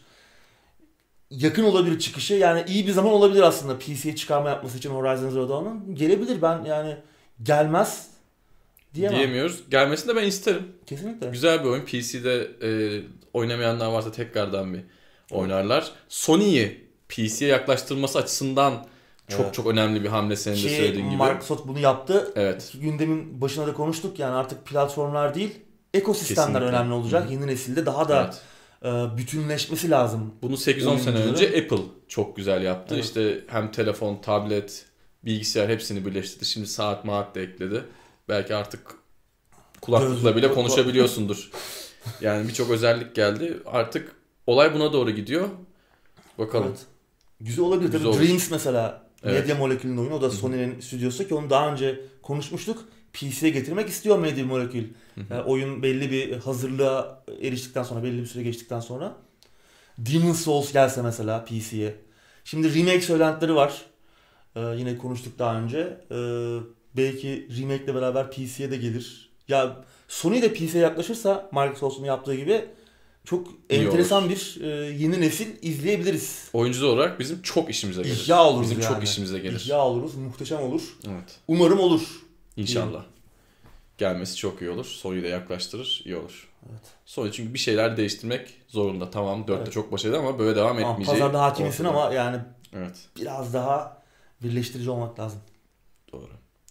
Yakın olabilir çıkışı. Yani iyi bir zaman olabilir aslında P C'ye çıkarma yapması için Horizon Zero Dawn'un. Gelebilir, ben yani gelmez diyemem. Diyemiyoruz. Gelmesini de ben isterim. Kesinlikle. Güzel bir oyun. P C'de e, oynamayanlar varsa tekrardan bir oynarlar. Sony'yi P C'ye yaklaştırması açısından çok Evet. çok önemli bir hamle, senin de Ki söylediğin gibi. Microsoft bunu yaptı. Evet. Gündemin başına da konuştuk. Yani artık platformlar değil, ekosistemler Kesinlikle. önemli olacak. Hı-hı. Yeni nesilde daha da Evet. e, bütünleşmesi lazım. Bunu sekiz on sene Oyuncuları. önce Apple çok güzel yaptı. Evet. İşte hem telefon, tablet, bilgisayar hepsini birleştirdi. Şimdi saat maat da ekledi. Belki artık kulaklıkla Gözlük, bile kulak- konuşabiliyorsundur. Yani birçok özellik geldi. Artık olay buna doğru gidiyor. Bakalım. Evet. Güzel olabilir. Güzel Tabii olur. Dreams mesela, Evet. Media Molecule'ün oyunu. O da Sony'nin stüdyosu ki onu daha önce konuşmuştuk. P C'ye getirmek istiyor Media Molecule. Yani oyun belli bir hazırlığa eriştikten sonra, belli bir süre geçtikten sonra. Demon's Souls gelse mesela P C'ye. Şimdi remake söylentileri var. Ee, yine konuştuk daha önce. Ee, belki remake ile beraber P C'ye de gelir. Ya Sony de P C'ye yaklaşırsa Microsoft'un yaptığı gibi çok İyi enteresan olur. bir e, yeni nesil izleyebiliriz. Oyuncu olarak bizim çok işimize gelir. İhya oluruz Bizim yani. çok işimize gelir. İhya oluruz. Muhteşem olur. Evet. Umarım olur. İnşallah. Gelmesi çok iyi olur. Sony'yi de yaklaştırır. İyi olur. Evet. Sony çünkü bir şeyler değiştirmek zorunda. Tamam, dörtte Evet. çok başarılı ama böyle devam Ama etmeyeceği. pazarda hakimsin ortada. ama yani Evet. biraz daha birleştirici olmak lazım. Doğru.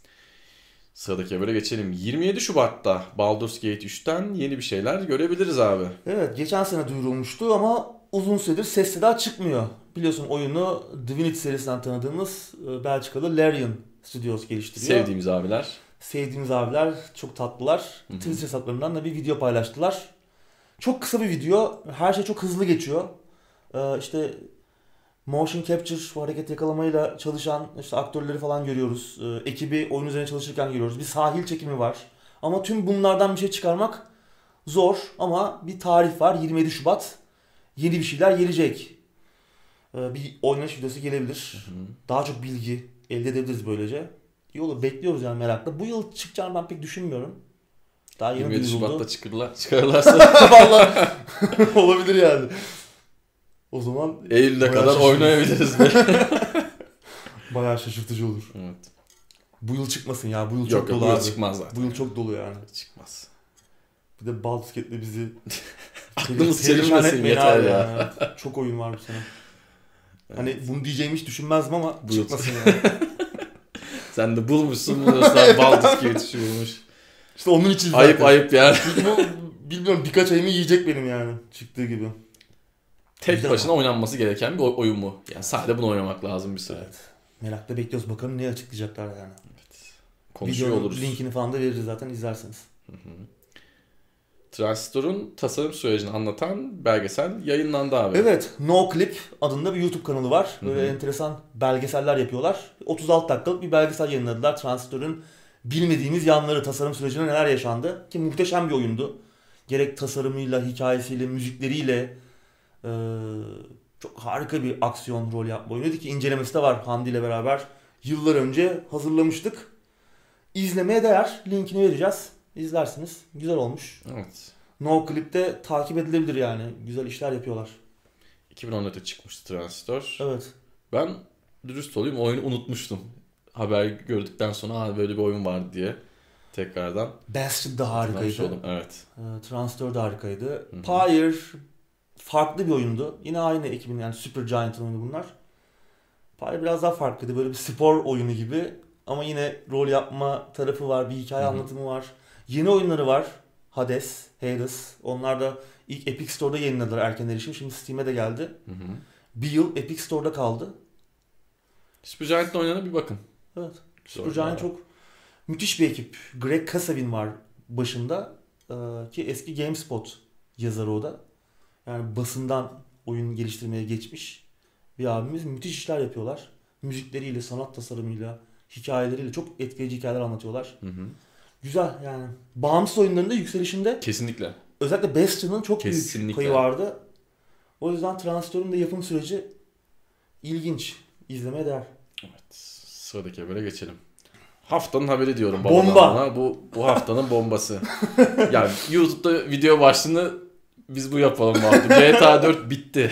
Sıradaki habere geçelim. yirmi yedi Şubat'ta Baldur's Gate üçten yeni bir şeyler görebiliriz abi. Evet, geçen sene duyurulmuştu ama uzun süredir ses seda çıkmıyor. Biliyorsun oyunu Divinity serisinden tanıdığımız e, Belçikalı Larian Studios geliştiriyor. Sevdiğimiz abiler. Sevdiğimiz abiler, çok tatlılar. Hı hı. Twitter hesaplarından da bir video paylaştılar. Çok kısa bir video. Her şey çok hızlı geçiyor. Ee, işte motion capture, bu hareket yakalamayla çalışan işte aktörleri falan görüyoruz. Ee, ekibi oyun üzerine çalışırken görüyoruz. Bir sahil çekimi var. Ama tüm bunlardan bir şey çıkarmak zor. Ama bir tarih var. yirmi yedi Şubat. Yeni bir şeyler gelecek. Ee, bir oynanış videosu gelebilir. Hı hı. Daha çok bilgi elde edebiliriz böylece. İyi olur. Bekliyoruz yani merakla. Bu yıl çıkacağını ben pek düşünmüyorum. Daha yeni yirmi yedi duyuruldu. Şubat'ta çıkarırlar, çıkarırlarsa Vallahi olabilir yani. O zaman Eylül'e kadar şaşırtıcı. oynayabiliriz de. Bayağı şaşırtıcı olur. Evet. Bu yıl çıkmasın ya. Bu yıl Yok çok yok dolu bu abi. çıkmaz zaten. Bu yıl çok dolu yani. Çıkmaz. Bir de Baldur's Gate'le bizi Aklımız perişan çelinmesin etmeyin yeter abi ya. Çok oyun var bu sene. Evet. Hani bunu diyeceğimi hiç düşünmezdim ama Bu yıl- çıkmasın yani. Sen de bulmuşsun buluyorsan Baldur's Gate işi bulmuş. İşte onun için zaten. Ayıp ayıp yani. Çünkü bu bilmiyorum birkaç ayımı yiyecek benim yani çıktığı gibi. Tek Güzel başına ama. oynanması gereken bir oy- oyun mu? Yani sadece bunu oynamak lazım bir süre. Evet. Merakla bekliyoruz bakalım ne açıklayacaklar yani. Konuşuyor Videonun oluruz. linkini falan da veririz zaten izlersiniz. Transistor'un tasarım sürecini anlatan belgesel yayınlandı abi. Evet, No Clip adında bir YouTube kanalı var. Böyle Hı hı. enteresan belgeseller yapıyorlar. otuz altı dakikalık bir belgesel yayınladılar. Transistör'ün bilmediğimiz yanları, tasarım sürecinde neler yaşandı. Ki muhteşem bir oyundu. Gerek tasarımıyla, hikayesiyle, müzikleriyle e, çok harika bir aksiyon rol yapma oyunuydu ki incelemesi de var Hamdi ile beraber. Yıllar önce hazırlamıştık. İzlemeye değer. Linkini vereceğiz. İzlersiniz. Güzel olmuş. Evet. No Clip'te takip edilebilir yani. Güzel işler yapıyorlar. iki bin on dörtte çıkmıştı Transistor. Evet. Ben dürüst olayım oyunu unutmuştum. Haber gördükten sonra ha böyle bir oyun vardı diye tekrardan. Bastard da hatırlamış harikaydı. oldum. Evet. Ee, Transistor da harikaydı. Hı hı. Pyre farklı bir oyundu. Yine aynı ekibin yani Supergiant'ın oyunu bunlar. Pyre biraz daha farklıydı. Böyle bir spor oyunu gibi. Ama yine rol yapma tarafı var. Bir hikaye Hı hı. anlatımı var. Yeni oyunları var. Hades, Hades. Onlar da ilk Epic Store'da yayınladılar erken erişim. Şimdi Steam'e de geldi. Hı hı. Bir yıl Epic Store'da kaldı. Supergiant'ın oynana bir bakın. Evet. Güzel Supergiant oyunlar var. çok müthiş bir ekip. Greg Kasavin var başında. Ee, ki eski GameSpot yazarı o da. Yani basından oyun geliştirmeye geçmiş bir abimiz. Müthiş işler yapıyorlar. Müzikleriyle, sanat tasarımıyla, hikayeleriyle çok etkileyici hikayeler anlatıyorlar. Hı hı. Güzel yani. Bağımsız oyunlarında yükselişinde Kesinlikle. özellikle Bastion'ın çok Kesinlikle. büyük payı vardı. O yüzden Transistor'un da yapım süreci ilginç. İzlemeye değer. Evet. Sıradaki habere geçelim. Haftanın haberi diyorum. Bomba. babalarına. Bu bu haftanın bombası. Yani YouTube'da video başlığını biz bu yapalım abi. G T A dört bitti.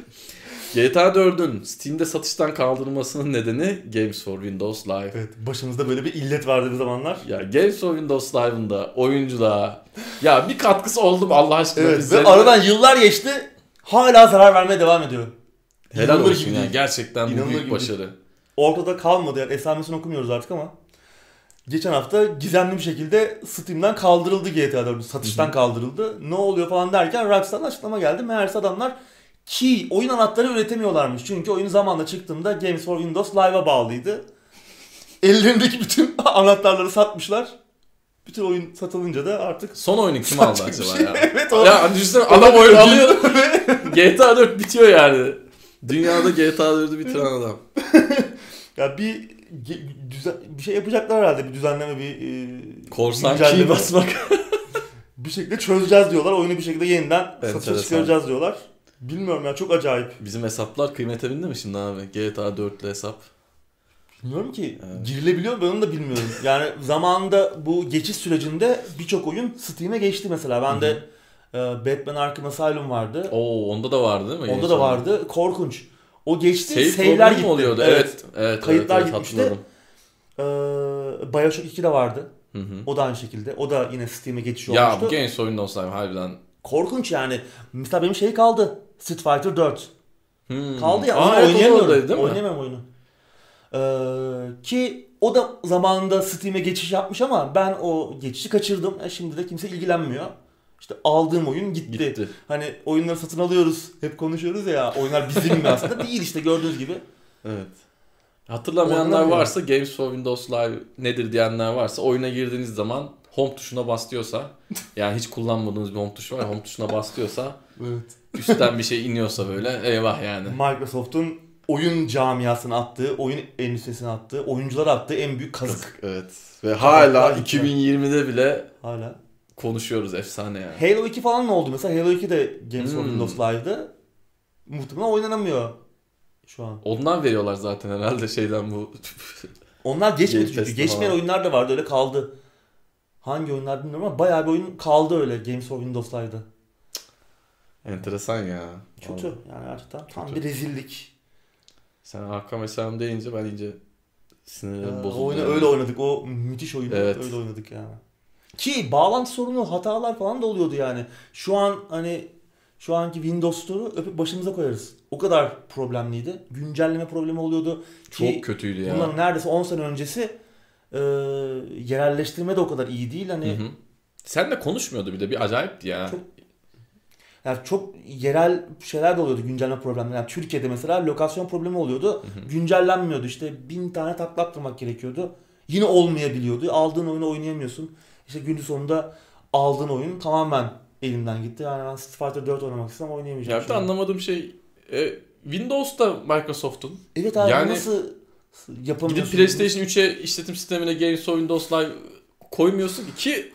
G T A dördün Steam'de satıştan kaldırılmasının nedeni Games for Windows Live. Evet, başımızda böyle bir illet vardı bir zamanlar. Ya Games for Windows Live'ın da oyunculuğa ya bir katkısı oldu mu Allah aşkına? Evet, ve Üzerine- aradan yıllar geçti. Hala zarar vermeye devam ediyor. Helal İnanılır olsun gibi ya. değil. Gerçekten bu İnanılır büyük gibi başarı. Ortada kalmadı yani esamesini okumuyoruz artık ama. Geçen hafta gizemli bir şekilde Steam'den kaldırıldı G T A dört. Satıştan Hı hı. kaldırıldı. Ne oluyor falan derken Rockstar'dan açıklama geldi. Meğerse adamlar key, oyun anahtarı üretemiyorlarmış. Çünkü oyun zamanla çıktığında Games for Windows Live'a bağlıydı. Ellerindeki bütün anahtarları satmışlar. Bütün oyun satılınca da artık Son oyunu kim aldı Satacak bir acaba şey. ya? Evet, o- Ya düşünsene adam oyun alıyor. G T A dört bitiyor yani. Dünyada G T A dördü bitiren adam. ya bir ge- düzen, bir şey yapacaklar herhalde, bir düzenleme, bir e, Korsan güncelleme. key basmak. Bir şekilde çözeceğiz diyorlar. Oyunu bir şekilde yeniden satışa Enteresan. çıkaracağız diyorlar. Bilmiyorum ya, çok acayip. Bizim hesaplar kıymete bindi mi şimdi abi? G T A dörtlü hesap. Bilmiyorum ki. Evet. Girilebiliyor mu? Ben onu da bilmiyorum. Yani zamanında bu geçiş sürecinde birçok oyun Steam'e geçti mesela. Ben de e, Batman Arkham Asylum vardı. Oo onda da vardı değil mi? Onda da vardı. Korkunç. O geçti. Save Save'ler problemi gitti. mi oluyordu? Evet. Evet. Kayıtlar evet, evet, gitmişti. hatırladım. Ee, Bioshock iki de vardı. Hı hı. O da aynı şekilde. O da yine Steam'e geçiş Ya olmuştu. bu Games for Windows Live harbiden. Korkunç yani. Mesela benim şey kaldı. Street Fighter dört. Hmm. Kaldı ya. Aa, Onu evet, o da oynayamıyorum. oradaydı değil mi? Oynayamam oyunu. Ee, ki o da zamanında Steam'e geçiş yapmış ama ben o geçişi kaçırdım. E şimdi de kimse ilgilenmiyor. İşte aldığım oyun gitti. Gitti. Hani oyunları satın alıyoruz. Hep konuşuyoruz ya. Oyunlar bizim mi aslında? Değil işte, gördüğünüz gibi. Evet. Hatırlamayanlar Oynamıyorum. varsa, Games for Windows Live nedir diyenler varsa, oyuna girdiğiniz zaman home tuşuna bas diyorsa, yani hiç kullanmadığınız bir home tuşu var ya, home tuşuna bas diyorsa, Evet. üstten bir şey iniyorsa böyle eyvah yani. Microsoft'un oyun camiasına attığı, oyun endüstrisine attığı, oyunculara attığı en büyük kazık. Evet. Ve hala Kapaklar iki bin yirmide bile Hala. konuşuyoruz, efsane yani. Halo iki falan ne oldu mesela? Halo iki de Games for Hmm. Windows Live'da. Muhtemelen oynanamıyor şu an. Ondan veriyorlar zaten herhalde şeyden bu. Onlar geçmedi Game çünkü. Fest'te Geçmeyen falan. oyunlar da vardı, öyle kaldı. Hangi oyunlar bilmiyorum ama bayağı bir oyun kaldı öyle Games for Windows Live'da. Enteresan ya. Kötü Vallahi. yani gerçekten. Tam Kötü. bir rezillik. Sen Arkham Asylum deyince ben iyice sinirlerim Ee, bozuldu. oyunu yani. öyle oynadık. O müthiş oyunu Evet. öyle oynadık yani. Ki bağlantı sorunu, hatalar falan da oluyordu yani. Şu an hani şu anki Windows Store'u öpüp başımıza koyarız. O kadar problemliydi. Güncelleme problemi oluyordu. Ki Çok kötüydü ya. bunların neredeyse on sene öncesi e, yerelleştirme de o kadar iyi değil. Hani Hı hı. Sen de konuşmuyordu bir de bir acayipti ya. Çok- yani çok yerel şeyler de oluyordu, güncelleme problemleri. Yani Türkiye'de mesela lokasyon problemi oluyordu. Hı hı. Güncellenmiyordu. İşte bin tane takla attırmak gerekiyordu. Yine olmayabiliyordu. Aldığın oyunu oynayamıyorsun. İşte günün sonunda aldığın oyun tamamen elimden gitti. Yani ben Street Fighter dört oynamak istem oynayamayacağım. Ya bir de şimdi. anlamadığım şey e, Windows'ta Microsoft'un Evet abi Yani- nasıl yapamıyorsun? gidip PlayStation üçe işletim sistemine Games for Windows Live koymuyorsun ki ki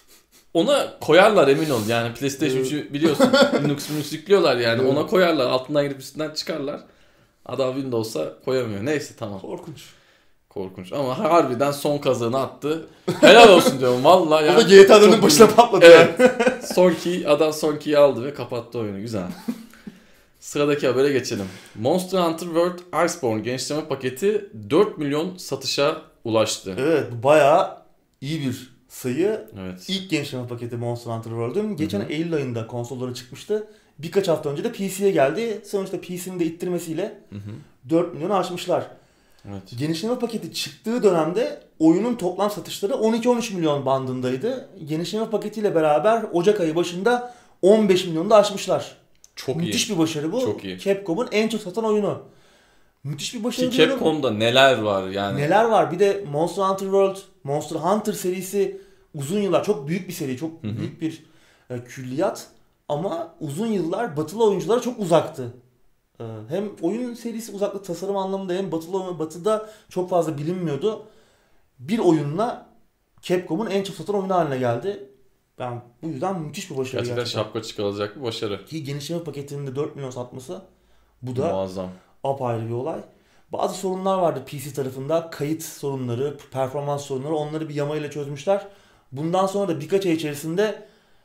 ona koyarlar emin ol. Yani PlayStation Evet. üçü biliyorsun Linux Linux yüklüyorlar yani Evet. ona koyarlar. Altından girip üstünden çıkarlar. Adam Windows'a koyamıyor. Neyse tamam. Korkunç. Korkunç ama harbiden son kazığını attı. Helal olsun diyorum valla. O Yani da G T A'nın çok başına iyi. patladı Evet. yani. Son key, adam son key'i aldı ve kapattı oyunu. Güzel. Sıradaki habere geçelim. Monster Hunter World Iceborne genişleme paketi dört milyon satışa ulaştı. Evet bu bayağı iyi bir sayı. Evet. İlk genişleme paketi Monster Hunter World'ün geçen Hı hı. Eylül ayında konsollara çıkmıştı. Birkaç hafta önce de P C'ye geldi. Sonuçta P C'nin de ittirmesiyle Hı hı. dört milyonu aşmışlar. Evet. Genişleme paketi çıktığı dönemde oyunun toplam satışları on iki on üç milyon bandındaydı. Genişleme paketiyle beraber Ocak ayı başında on beş milyonu da aşmışlar. Çok Müthiş iyi. bir başarı bu. Çok iyi. Capcom'un en çok satan oyunu. Müthiş bir başarı Ki diyorum. Capcom'da neler var yani. Neler var? Bir de Monster Hunter World, Monster Hunter serisi uzun yıllar çok büyük bir seri, çok Hı hı. büyük bir e, külliyat ama uzun yıllar batılı oyunculara çok uzaktı. E, hem oyun serisi uzaklık tasarım anlamında hem batılı batıda çok fazla bilinmiyordu. Bir oyunla Capcom'un en çok satan oyunu haline geldi. Ben bu yüzden müthiş bir başarı Gerçekten gerçekten. şapka çıkarılacak bir başarı. Ki genişleme paketinin de dört milyon satması bu da Muazzam. apayrı bir olay. Bazı sorunlar vardı P C tarafında. Kayıt sorunları, performans sorunları. Onları bir yamayla çözmüşler. Bundan sonra da birkaç ay içerisinde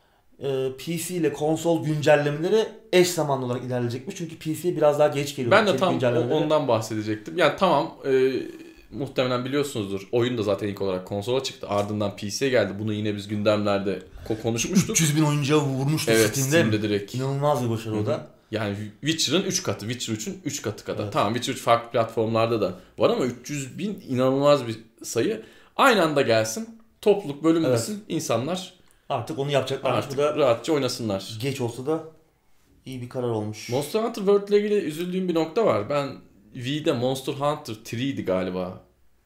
e, P C ile konsol güncellemeleri eş zamanlı olarak ilerleyecekmiş. Çünkü P C'ye biraz daha geç geliyor. Ben de içerik tam güncellemeleri. ondan bahsedecektim. Yani tamam e, muhtemelen biliyorsunuzdur. Oyun da zaten ilk olarak konsola çıktı. Ardından P C'ye geldi. Bunu yine biz gündemlerde ko- konuşmuştuk. üç yüz bin oyuncuya vurmuştu Evet, Steam'de. Steam'de direkt. İnanılmaz bir başarı Hı hı. o da. Yani Witcher'ın üç katı. Witcher üçün üç katı kadar. Evet. Tamam Witcher üç farklı platformlarda da var ama üç yüz bin inanılmaz bir sayı. Aynı anda gelsin. Topluluk bölünmesin. İnsanlar Artık onu yapacaklarmış. artık Bu da rahatça oynasınlar. geç olsa da iyi bir karar olmuş. Monster Hunter World ile ilgili üzüldüğüm bir nokta var. Ben Wii'de Monster Hunter üç'ydi galiba.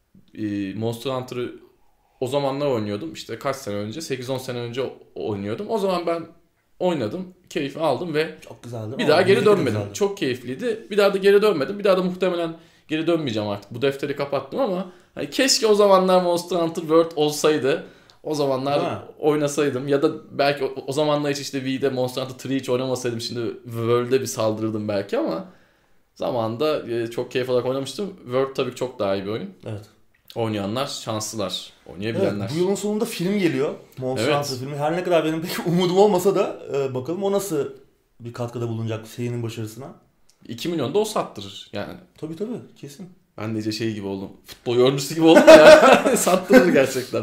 Ee, Monster Hunter'ı o zamanlar oynuyordum. İşte kaç sene önce? sekiz on sene önce oynuyordum. O zaman ben oynadım. Keyif aldım ve Çok güzeldi. bir ama daha geri müzik de dönmedim. güzeldi. Çok keyifliydi. Bir daha da geri dönmedim. Bir daha da muhtemelen geri dönmeyeceğim artık. Bu defteri kapattım ama hani keşke o zamanlar Monster Hunter World olsaydı. O zamanlar Değil mi? oynasaydım ya da belki o, o zamanlar hiç işte Wii'de Monster Hunter üç hiç oynamasaydım şimdi World'e bir saldırırdım belki ama zamanında e, çok keyif alarak oynamıştım. World tabii ki çok daha iyi bir oyun. Evet. Oynayanlar şanslılar. Evet, Oynayabilenler. bu yılın sonunda film geliyor. Monster Evet. Hunter filmi. Her ne kadar benim pek umudum olmasa da e, bakalım o nasıl bir katkıda bulunacak serinin başarısına. iki milyon da o sattırır yani. Tabii tabii kesin. Ben de iyice şey gibi oldum. Futbol yorumcusu gibi oldum ya. Sattırır gerçekten.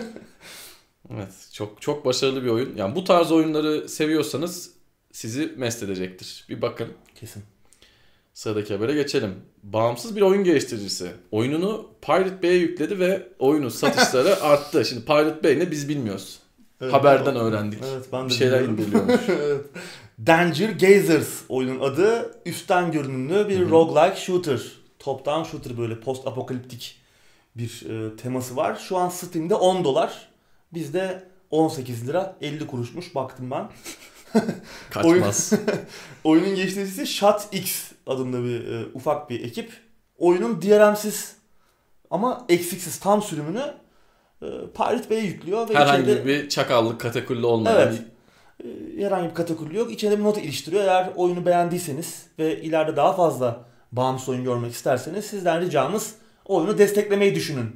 Evet, çok çok başarılı bir oyun. Yani bu tarz oyunları seviyorsanız sizi mest edecektir. Bir bakın. Kesin. Sıradaki habere geçelim. Bağımsız bir oyun geliştiricisi oyununu Pirate Bay'e yükledi ve oyunun satışları arttı. Şimdi Pirate Bay ne biz bilmiyoruz. Evet, Haberden o- öğrendik. Evet, ben de Bir şeyler biliyorum. indiriliyormuş. Evet. Danger Gazers oyunun adı. Üstten görünümlü bir Hı hı. roguelike shooter. Top-down shooter, böyle post apokaliptik bir e, teması var. Şu an Steam'de on dolar. Bizde on sekiz lira elli kuruşmuş, baktım ben. Kaçmaz. Oyunun geliştiricisi Shot X adında bir e, ufak bir ekip. Oyunun D R M'siz ama eksiksiz tam sürümünü e, Pirate Bay'e yüklüyor. Ve Herhangi içeride, bir çakallık katakulli olmayan. Evet. e, herhangi bir katakulli yok. İçeride bir nota iliştiriyor. Eğer oyunu beğendiyseniz ve ileride daha fazla bağımsız oyun görmek isterseniz sizden ricamız oyunu desteklemeyi düşünün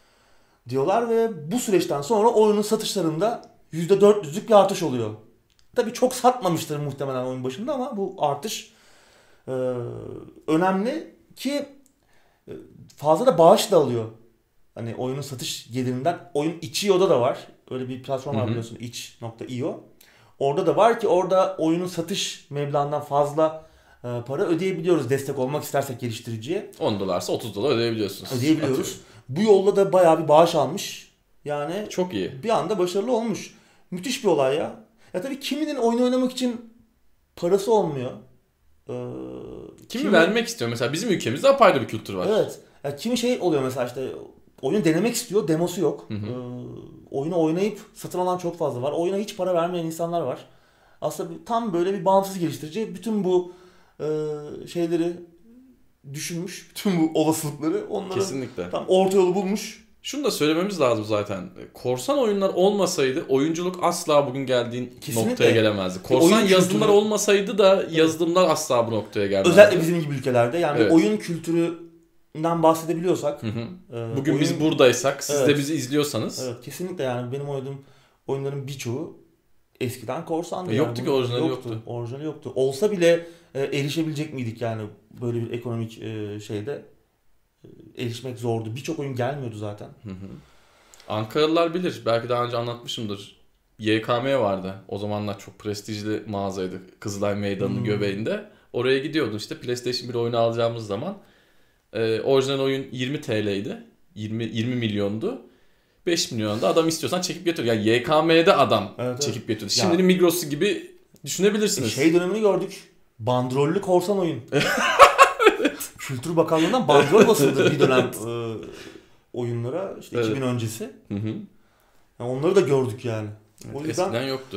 diyorlar ve bu süreçten sonra oyunun satışlarında yüzde dört yüzlük bir artış oluyor. Tabii çok satmamıştır muhtemelen oyun başında ama bu artış e, önemli ki e, fazla da bağış da alıyor. Hani oyunun satış gelirinden. Oyun itch nokta io'da da var. Öyle bir platform var biliyorsun, itch nokta io. Orada da var ki orada oyunun satış meblağından fazla e, para ödeyebiliyoruz destek olmak istersek geliştiriciye. on dolarsa otuz dolar ödeyebiliyorsunuz. Ödeyebiliyoruz. Atıyorum. Bu yolla da bayağı bir bağış almış. Yani çok iyi. Bir anda başarılı olmuş. Müthiş bir olay ya. Ya tabii kiminin oyun oynamak için parası olmuyor. Ee, kimi, kimi vermek istiyor. Mesela bizim ülkemizde apayrı bir kültür var. Evet. Ya kimi şey oluyor mesela işte oyunu denemek istiyor, demosu yok. Hı hı. Ee, oyunu oynayıp satın alan çok fazla var. Oyuna hiç para vermeyen insanlar var. Aslında tam böyle bir bağımsız geliştirici bütün bu e, şeyleri düşünmüş. Bütün bu olasılıkları onları Kesinlikle. tam orta yolu bulmuş. Şunu da söylememiz lazım zaten. Korsan oyunlar olmasaydı oyunculuk asla bugün geldiğin Kesinlikle. noktaya gelemezdi. Korsan oyun yazılımlar kültürü... olmasaydı da yazılımlar asla bu noktaya gelmezdi. Özellikle bizim gibi ülkelerde yani evet. oyun kültüründen bahsedebiliyorsak. Hı hı. Bugün e, biz oyun... buradaysak, siz evet. de bizi izliyorsanız. Evet, kesinlikle yani benim oynadığım oyunların birçoğu eskiden korsandı. E, yani. yoktu ki orijinali yoktu. yoktu. Orijinali yoktu. Olsa bile e, erişebilecek miydik yani böyle bir ekonomik e, şeyde e, erişmek zordu. Birçok oyun gelmiyordu zaten. Hı hı. Ankaralılar bilir. Belki daha önce anlatmışımdır. Y K M vardı. O zamanlar çok prestijli mağazaydı. Kızılay Meydanı'nın hmm. göbeğinde. Oraya gidiyordun işte PlayStation bir oyunu alacağımız zaman. E, orijinal oyun yirmi T L'ydi. yirmi, yirmi milyondu. beş milyonda adam istiyorsan çekip götür. Yani Y K M'de adam evet, çekip evet. götürdü. Şimdinin ya. Migros'u gibi düşünebilirsiniz. Şey dönemini gördük. Bandrollü korsan oyun. Kültür Bakanlığı'ndan bandrol basıldı bir dönem e, oyunlara. İşte evet. iki bin öncesi. Hı hı. Yani onları da gördük yani. Evet, o yüzden... Eskiden yoktu.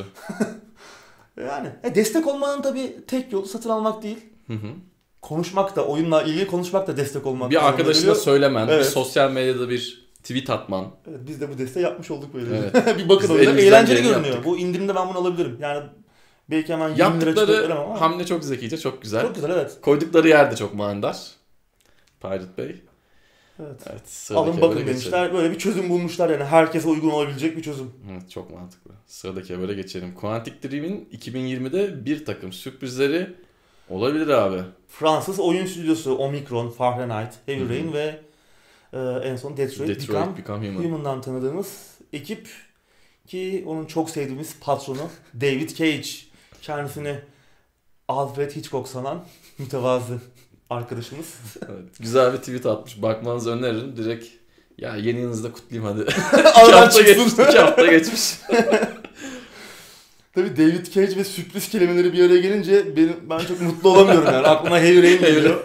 yani e, destek olmanın tabii tek yolu satın almak değil. Hı hı. Konuşmak da, oyunla ilgili konuşmak da destek olmak. Bir arkadaşına söylemen, evet. bir sosyal medyada bir tweet atman. Evet, biz de bu desteği yapmış olduk böyle. Evet. bir bakın orada eğlenceli görünüyor. Yaptık. Bu indirimde ben bunu alabilirim. Yani belki hemen yirmi lira çıkartırım ama. Hamle çok zekice, çok güzel. Çok güzel evet. Koydukları yer de çok manidar. Pirate Bay. Evet. evet alın bakın demişler. Geçelim. Böyle bir çözüm bulmuşlar yani. Herkese uygun olabilecek bir çözüm. Evet, çok mantıklı. Sıradaki habere geçelim. Quantic Dream'in iki bin yirmide bir takım sürprizleri olabilir abi. Fransız oyun stüdyosu Omicron, Fahrenheit, Heavy Hı-hı. Rain ve e, en son Detroit, Detroit Become, Become Human. Human'dan tanıdığımız ekip ki onun çok sevdiğimiz patronu David Cage. Kendisini Alfred Hitchcock sanan mütevazı arkadaşımız. Evet, güzel bir tweet atmış. Bakmanızı öneririm. Direkt ya yeni yılınızda kutlayayım hadi. iki, hafta geçmiş, iki hafta geçmiş. Tabii David Cage ve sürpriz kelimeleri bir araya gelince benim, ben çok mutlu olamıyorum yani. Aklıma Heavy Rain geliyor.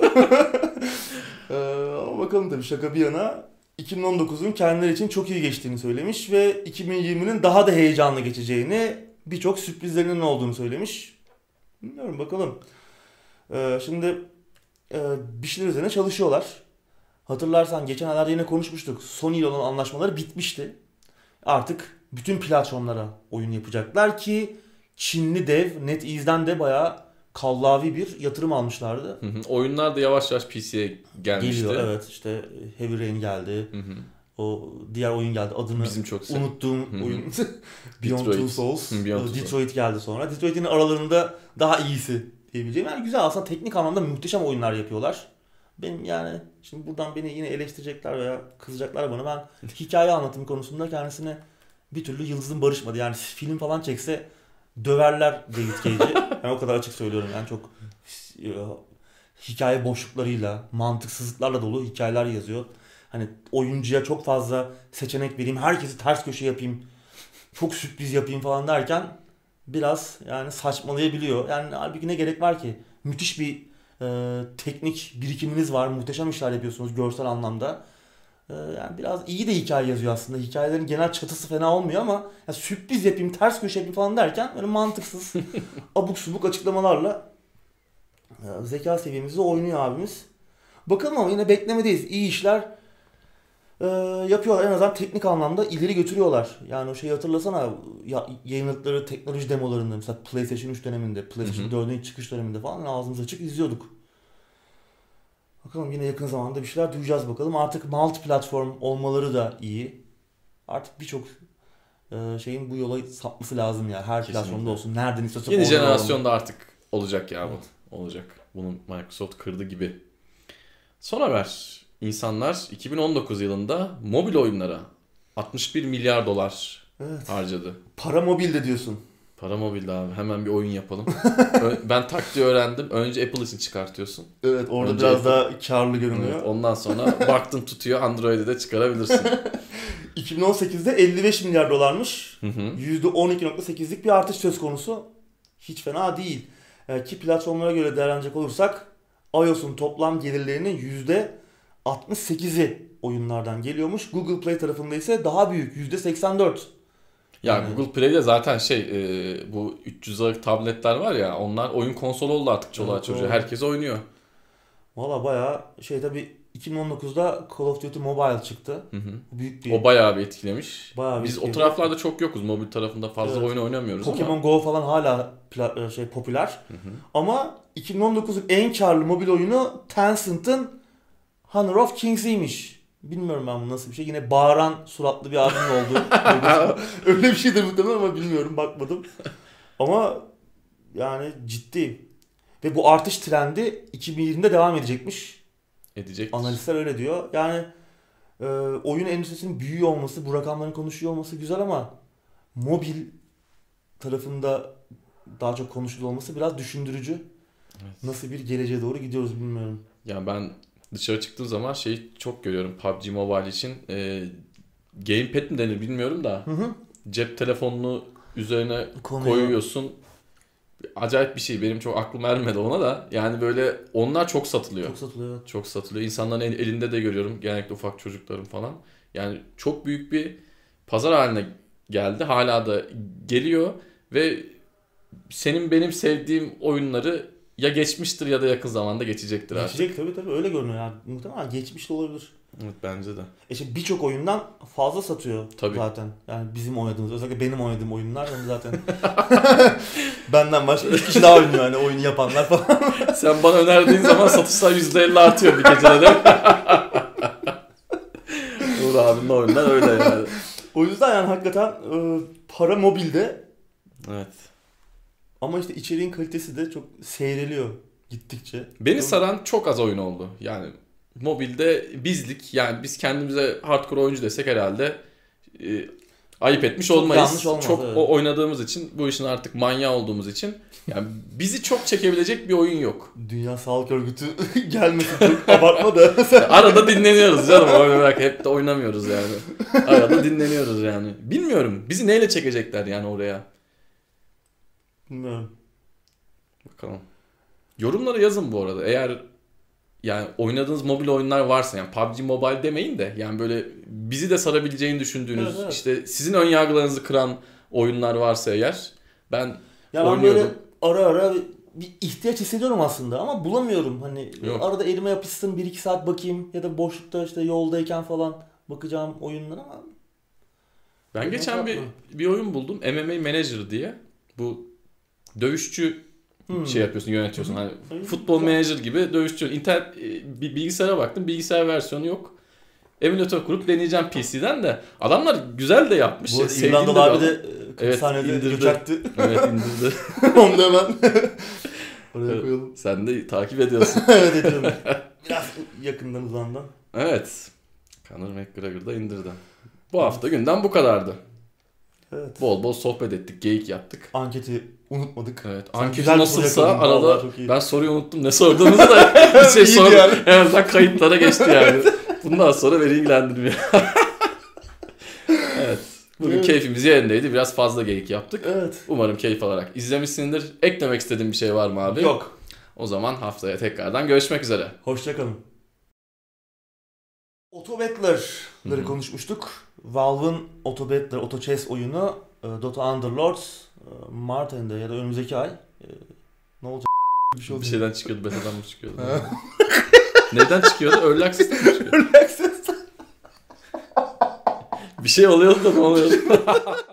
ee, ama bakalım tabii şaka bir yana. iki bin on dokuzun kendileri için çok iyi geçtiğini söylemiş ve iki bin yirminin daha da heyecanlı geçeceğini, birçok sürprizlerinin olduğunu söylemiş. Bilmiyorum bakalım. Ee, şimdi e, bir şeyler üzerine çalışıyorlar. Hatırlarsan geçen aylarda yine konuşmuştuk. Sony ile olan anlaşmaları bitmişti. Artık bütün platformlara oyun yapacaklar ki Çinli dev NetEase'den de bayağı kallavi bir yatırım almışlardı. Hı hı. Oyunlar da yavaş yavaş P C'ye gelmişti. Geliyor evet, işte Heavy Rain geldi. Hı hı. O diğer oyun geldi. Adını Bizim çok unuttuğum hı hı. oyun. Beyond Two Souls. Hı, Beyond Detroit Souls. geldi sonra. Detroit'in aralarında daha iyisi diyebileceğim. Yani güzel, aslında teknik anlamda muhteşem oyunlar yapıyorlar. Benim yani şimdi buradan beni yine eleştirecekler veya kızacaklar bana. Ben hikaye anlatımı konusunda kendisine bir türlü yıldızım barışmadı. Yani film falan çekse döverler David Cage'i. Ben o kadar açık söylüyorum. Yani çok e, hikaye boşluklarıyla, mantıksızlıklarla dolu hikayeler yazıyor. Hani oyuncuya çok fazla seçenek vereyim, herkesi ters köşe yapayım, çok sürpriz yapayım falan derken biraz yani saçmalayabiliyor. Yani halbuki ne gerek var ki? Müthiş bir e, teknik birikiminiz var, muhteşem işler yapıyorsunuz görsel anlamda. E, yani biraz iyi de hikaye yazıyor aslında. Hikayelerin genel çatısı fena olmuyor ama ya sürpriz yapayım, ters köşe yapayım falan derken böyle mantıksız, abuk subuk açıklamalarla e, zeka seviyemizde oynuyor abimiz. Bakalım ama yine beklemedeyiz. İyi işler e, yapıyorlar. En azından teknik anlamda ileri götürüyorlar. Yani o şeyi hatırlasana, ya, yayınladıkları teknoloji demolarında mesela PlayStation üç döneminde, PlayStation dördün çıkış döneminde falan ağzımız açık izliyorduk. Bakalım yine yakın zamanda bir şeyler duyacağız bakalım. Artık multi platform olmaları da iyi. Artık birçok e, şeyin bu yola sapması lazım ya. Her Kesinlikle. platformda olsun. Nereden istiyorsak Yeni oradan jenerasyonda artık olacak ya bu. Evet. Olacak. Bunu Microsoft kırdı gibi. Son haber. İnsanlar iki bin on dokuz yılında mobil oyunlara altmış bir milyar dolar evet. harcadı. Para mobilde diyorsun. Para mobilde abi. Hemen bir oyun yapalım. Ben taktiği öğrendim. Önce Apple için çıkartıyorsun. Evet, orada Önce biraz Apple... daha karlı görünüyor. Evet, ondan sonra baktın tutuyor, Android'e de çıkarabilirsin. iki bin on sekizde elli beş milyar dolarmış. Hı hı. yüzde on iki nokta sekizlik bir artış söz konusu. Hiç fena değil. Yani ki platformlara göre değerlenecek olursak iOS'un toplam gelirlerinin yüzde altmış sekizi oyunlardan geliyormuş. Google Play tarafında ise daha büyük, yüzde seksen dört. Ya yani. Google Play'de zaten şey e, bu üç yüz liralık tabletler var ya, onlar oyun konsolu oldu artık çoluğa evet, çocuğa. Herkes oynuyor. Valla bayağı şey, tabii iki bin on dokuzda Call of Duty Mobile çıktı. Hı hı. Büyük bir... O bayağı bir etkilemiş. Bayağı bir Biz etkilemiş. O taraflarda çok yokuz. Mobil tarafında fazla evet. oyun oynamıyoruz Pokemon ama. Go falan hala pla- şey popüler. Hı hı. Ama iki bin on dokuzun en karlı mobil oyunu Tencent'ın Honor of Kings'iymiş. Bilmiyorum ben bu nasıl bir şey. Yine bağıran suratlı bir abinin olduğu. Öyle bir şeydir muhtemelen ama bilmiyorum, bakmadım. Ama yani ciddi. Ve bu artış trendi iki bin yirmide devam edecekmiş. Edecektir. Analistler öyle diyor. Yani e, oyun endüstrisinin büyüyor olması, bu rakamların konuşuyor olması güzel ama mobil tarafında daha çok konuşuluyor olması biraz düşündürücü. Evet. Nasıl bir geleceğe doğru gidiyoruz bilmiyorum. Ya ben dışarı çıktığım zaman şeyi çok görüyorum P U B G Mobile için. E, gamepad mi denir bilmiyorum da. Hı hı. Cep telefonunu üzerine Konuyor. koyuyorsun. Acayip bir şey. Benim çok aklım ermedi ona da. Yani böyle onlar çok satılıyor. Çok satılıyor. Evet. Çok satılıyor. İnsanların elinde de görüyorum. Genellikle ufak çocukların falan. Yani çok büyük bir pazar haline geldi. Hala da geliyor ve senin benim sevdiğim oyunları ya geçmiştir ya da yakın zamanda geçecektir artık. Geçecek tabii tabii, öyle görünüyor yani. Muhtemelen geçmiş de olabilir. Evet, bence de. E işte birçok oyundan fazla satıyor tabii. zaten. Yani bizim oynadığımız, özellikle benim oynadığım oyunlar yani zaten. Benden başka üç kişi daha oynuyor yani oyunu yapanlar falan. Sen bana önerdiğin zaman satışlar yüzde elli artıyor bir gecede de. Uğur abinin oyunlar öyle yani. O yüzden yani hakikaten e, para mobilde. Evet. Ama işte içeriğin kalitesi de çok seyreliyor gittikçe. Beni saran çok az oyun oldu. Yani mobilde bizlik, yani biz kendimize hardcore oyuncu desek herhalde e, ayıp etmiş çok olmayız. Olmaz, çok evet. O oynadığımız için, bu işin artık manyağı olduğumuz için yani bizi çok çekebilecek bir oyun yok. Dünya Sağlık Örgütü gelmesin, çok abartma da. Arada dinleniyoruz canım, öyle bırak, hep de oynamıyoruz yani. Arada dinleniyoruz yani. Bilmiyorum bizi neyle çekecekler yani oraya. Bilmiyorum. Bakalım. Yorumlara yazın bu arada. Eğer yani oynadığınız mobil oyunlar varsa, yani P U B G Mobile demeyin de yani böyle bizi de sarabileceğini düşündüğünüz, evet, evet. işte sizin ön yargılarınızı kıran oyunlar varsa eğer, ben ya oynuyordum. Ben böyle ara ara bir ihtiyaç hissediyorum aslında ama bulamıyorum. Hani yok. Arada elime yapışsın, bir iki saat bakayım ya da boşlukta işte yoldayken falan bakacağım oyunlar ama. Ben geçen bir bir oyun buldum, M M A Manager diye. Bu dövüşçü hmm. şey yapıyorsun, yönetiyorsun. Hani Aynen. Futbol manager gibi dövüşçü. İnternet bir bilgisayara baktım. Bilgisayar versiyonu yok. Emülatör kurup deneyeceğim P C'den de. Adamlar güzel de yapmış. Bu İrlandalı abi de kırk evet, saniyede göçertti. Evet, indirdi. Onu da hemen oraya koyalım. Sen de takip ediyorsun. Evet, ediyorum. Biraz yakından uzağından. Evet. Conor McGregor da indirdi. Bu hafta günden bu kadardı. Evet. Bol bol sohbet ettik, geyik yaptık. Anketi unutmadık. Evet. Anketi nasılsa arada ben soruyu unuttum, ne sorduğumuzu da bir şey sordum. Yani. En azından kayıtlara geçti yani. Bundan sonra beni ilgilendirmiyor. Evet. Bugün evet. Keyfimiz yerindeydi. Biraz fazla geyik yaptık. Evet. Umarım keyif alarak izlemişsindir. Eklemek istediğin bir şey var mı abi? Yok. O zaman haftaya tekrardan görüşmek üzere. Hoşçakalın. Auto Battler'ları konuşmuştuk. Valve'ın Auto Battler, Auto Chess oyunu Dota Underlords Mart ayında ya da önümüzdeki ay ne olacak? Bir, şey bir şeyden çıkıyordu, betadan mı çıkıyordu? Neden çıkıyordu? Early Access'ten mi çıkıyordu? Early Access'ten. Bir şey oluyordu da ne oluyordu?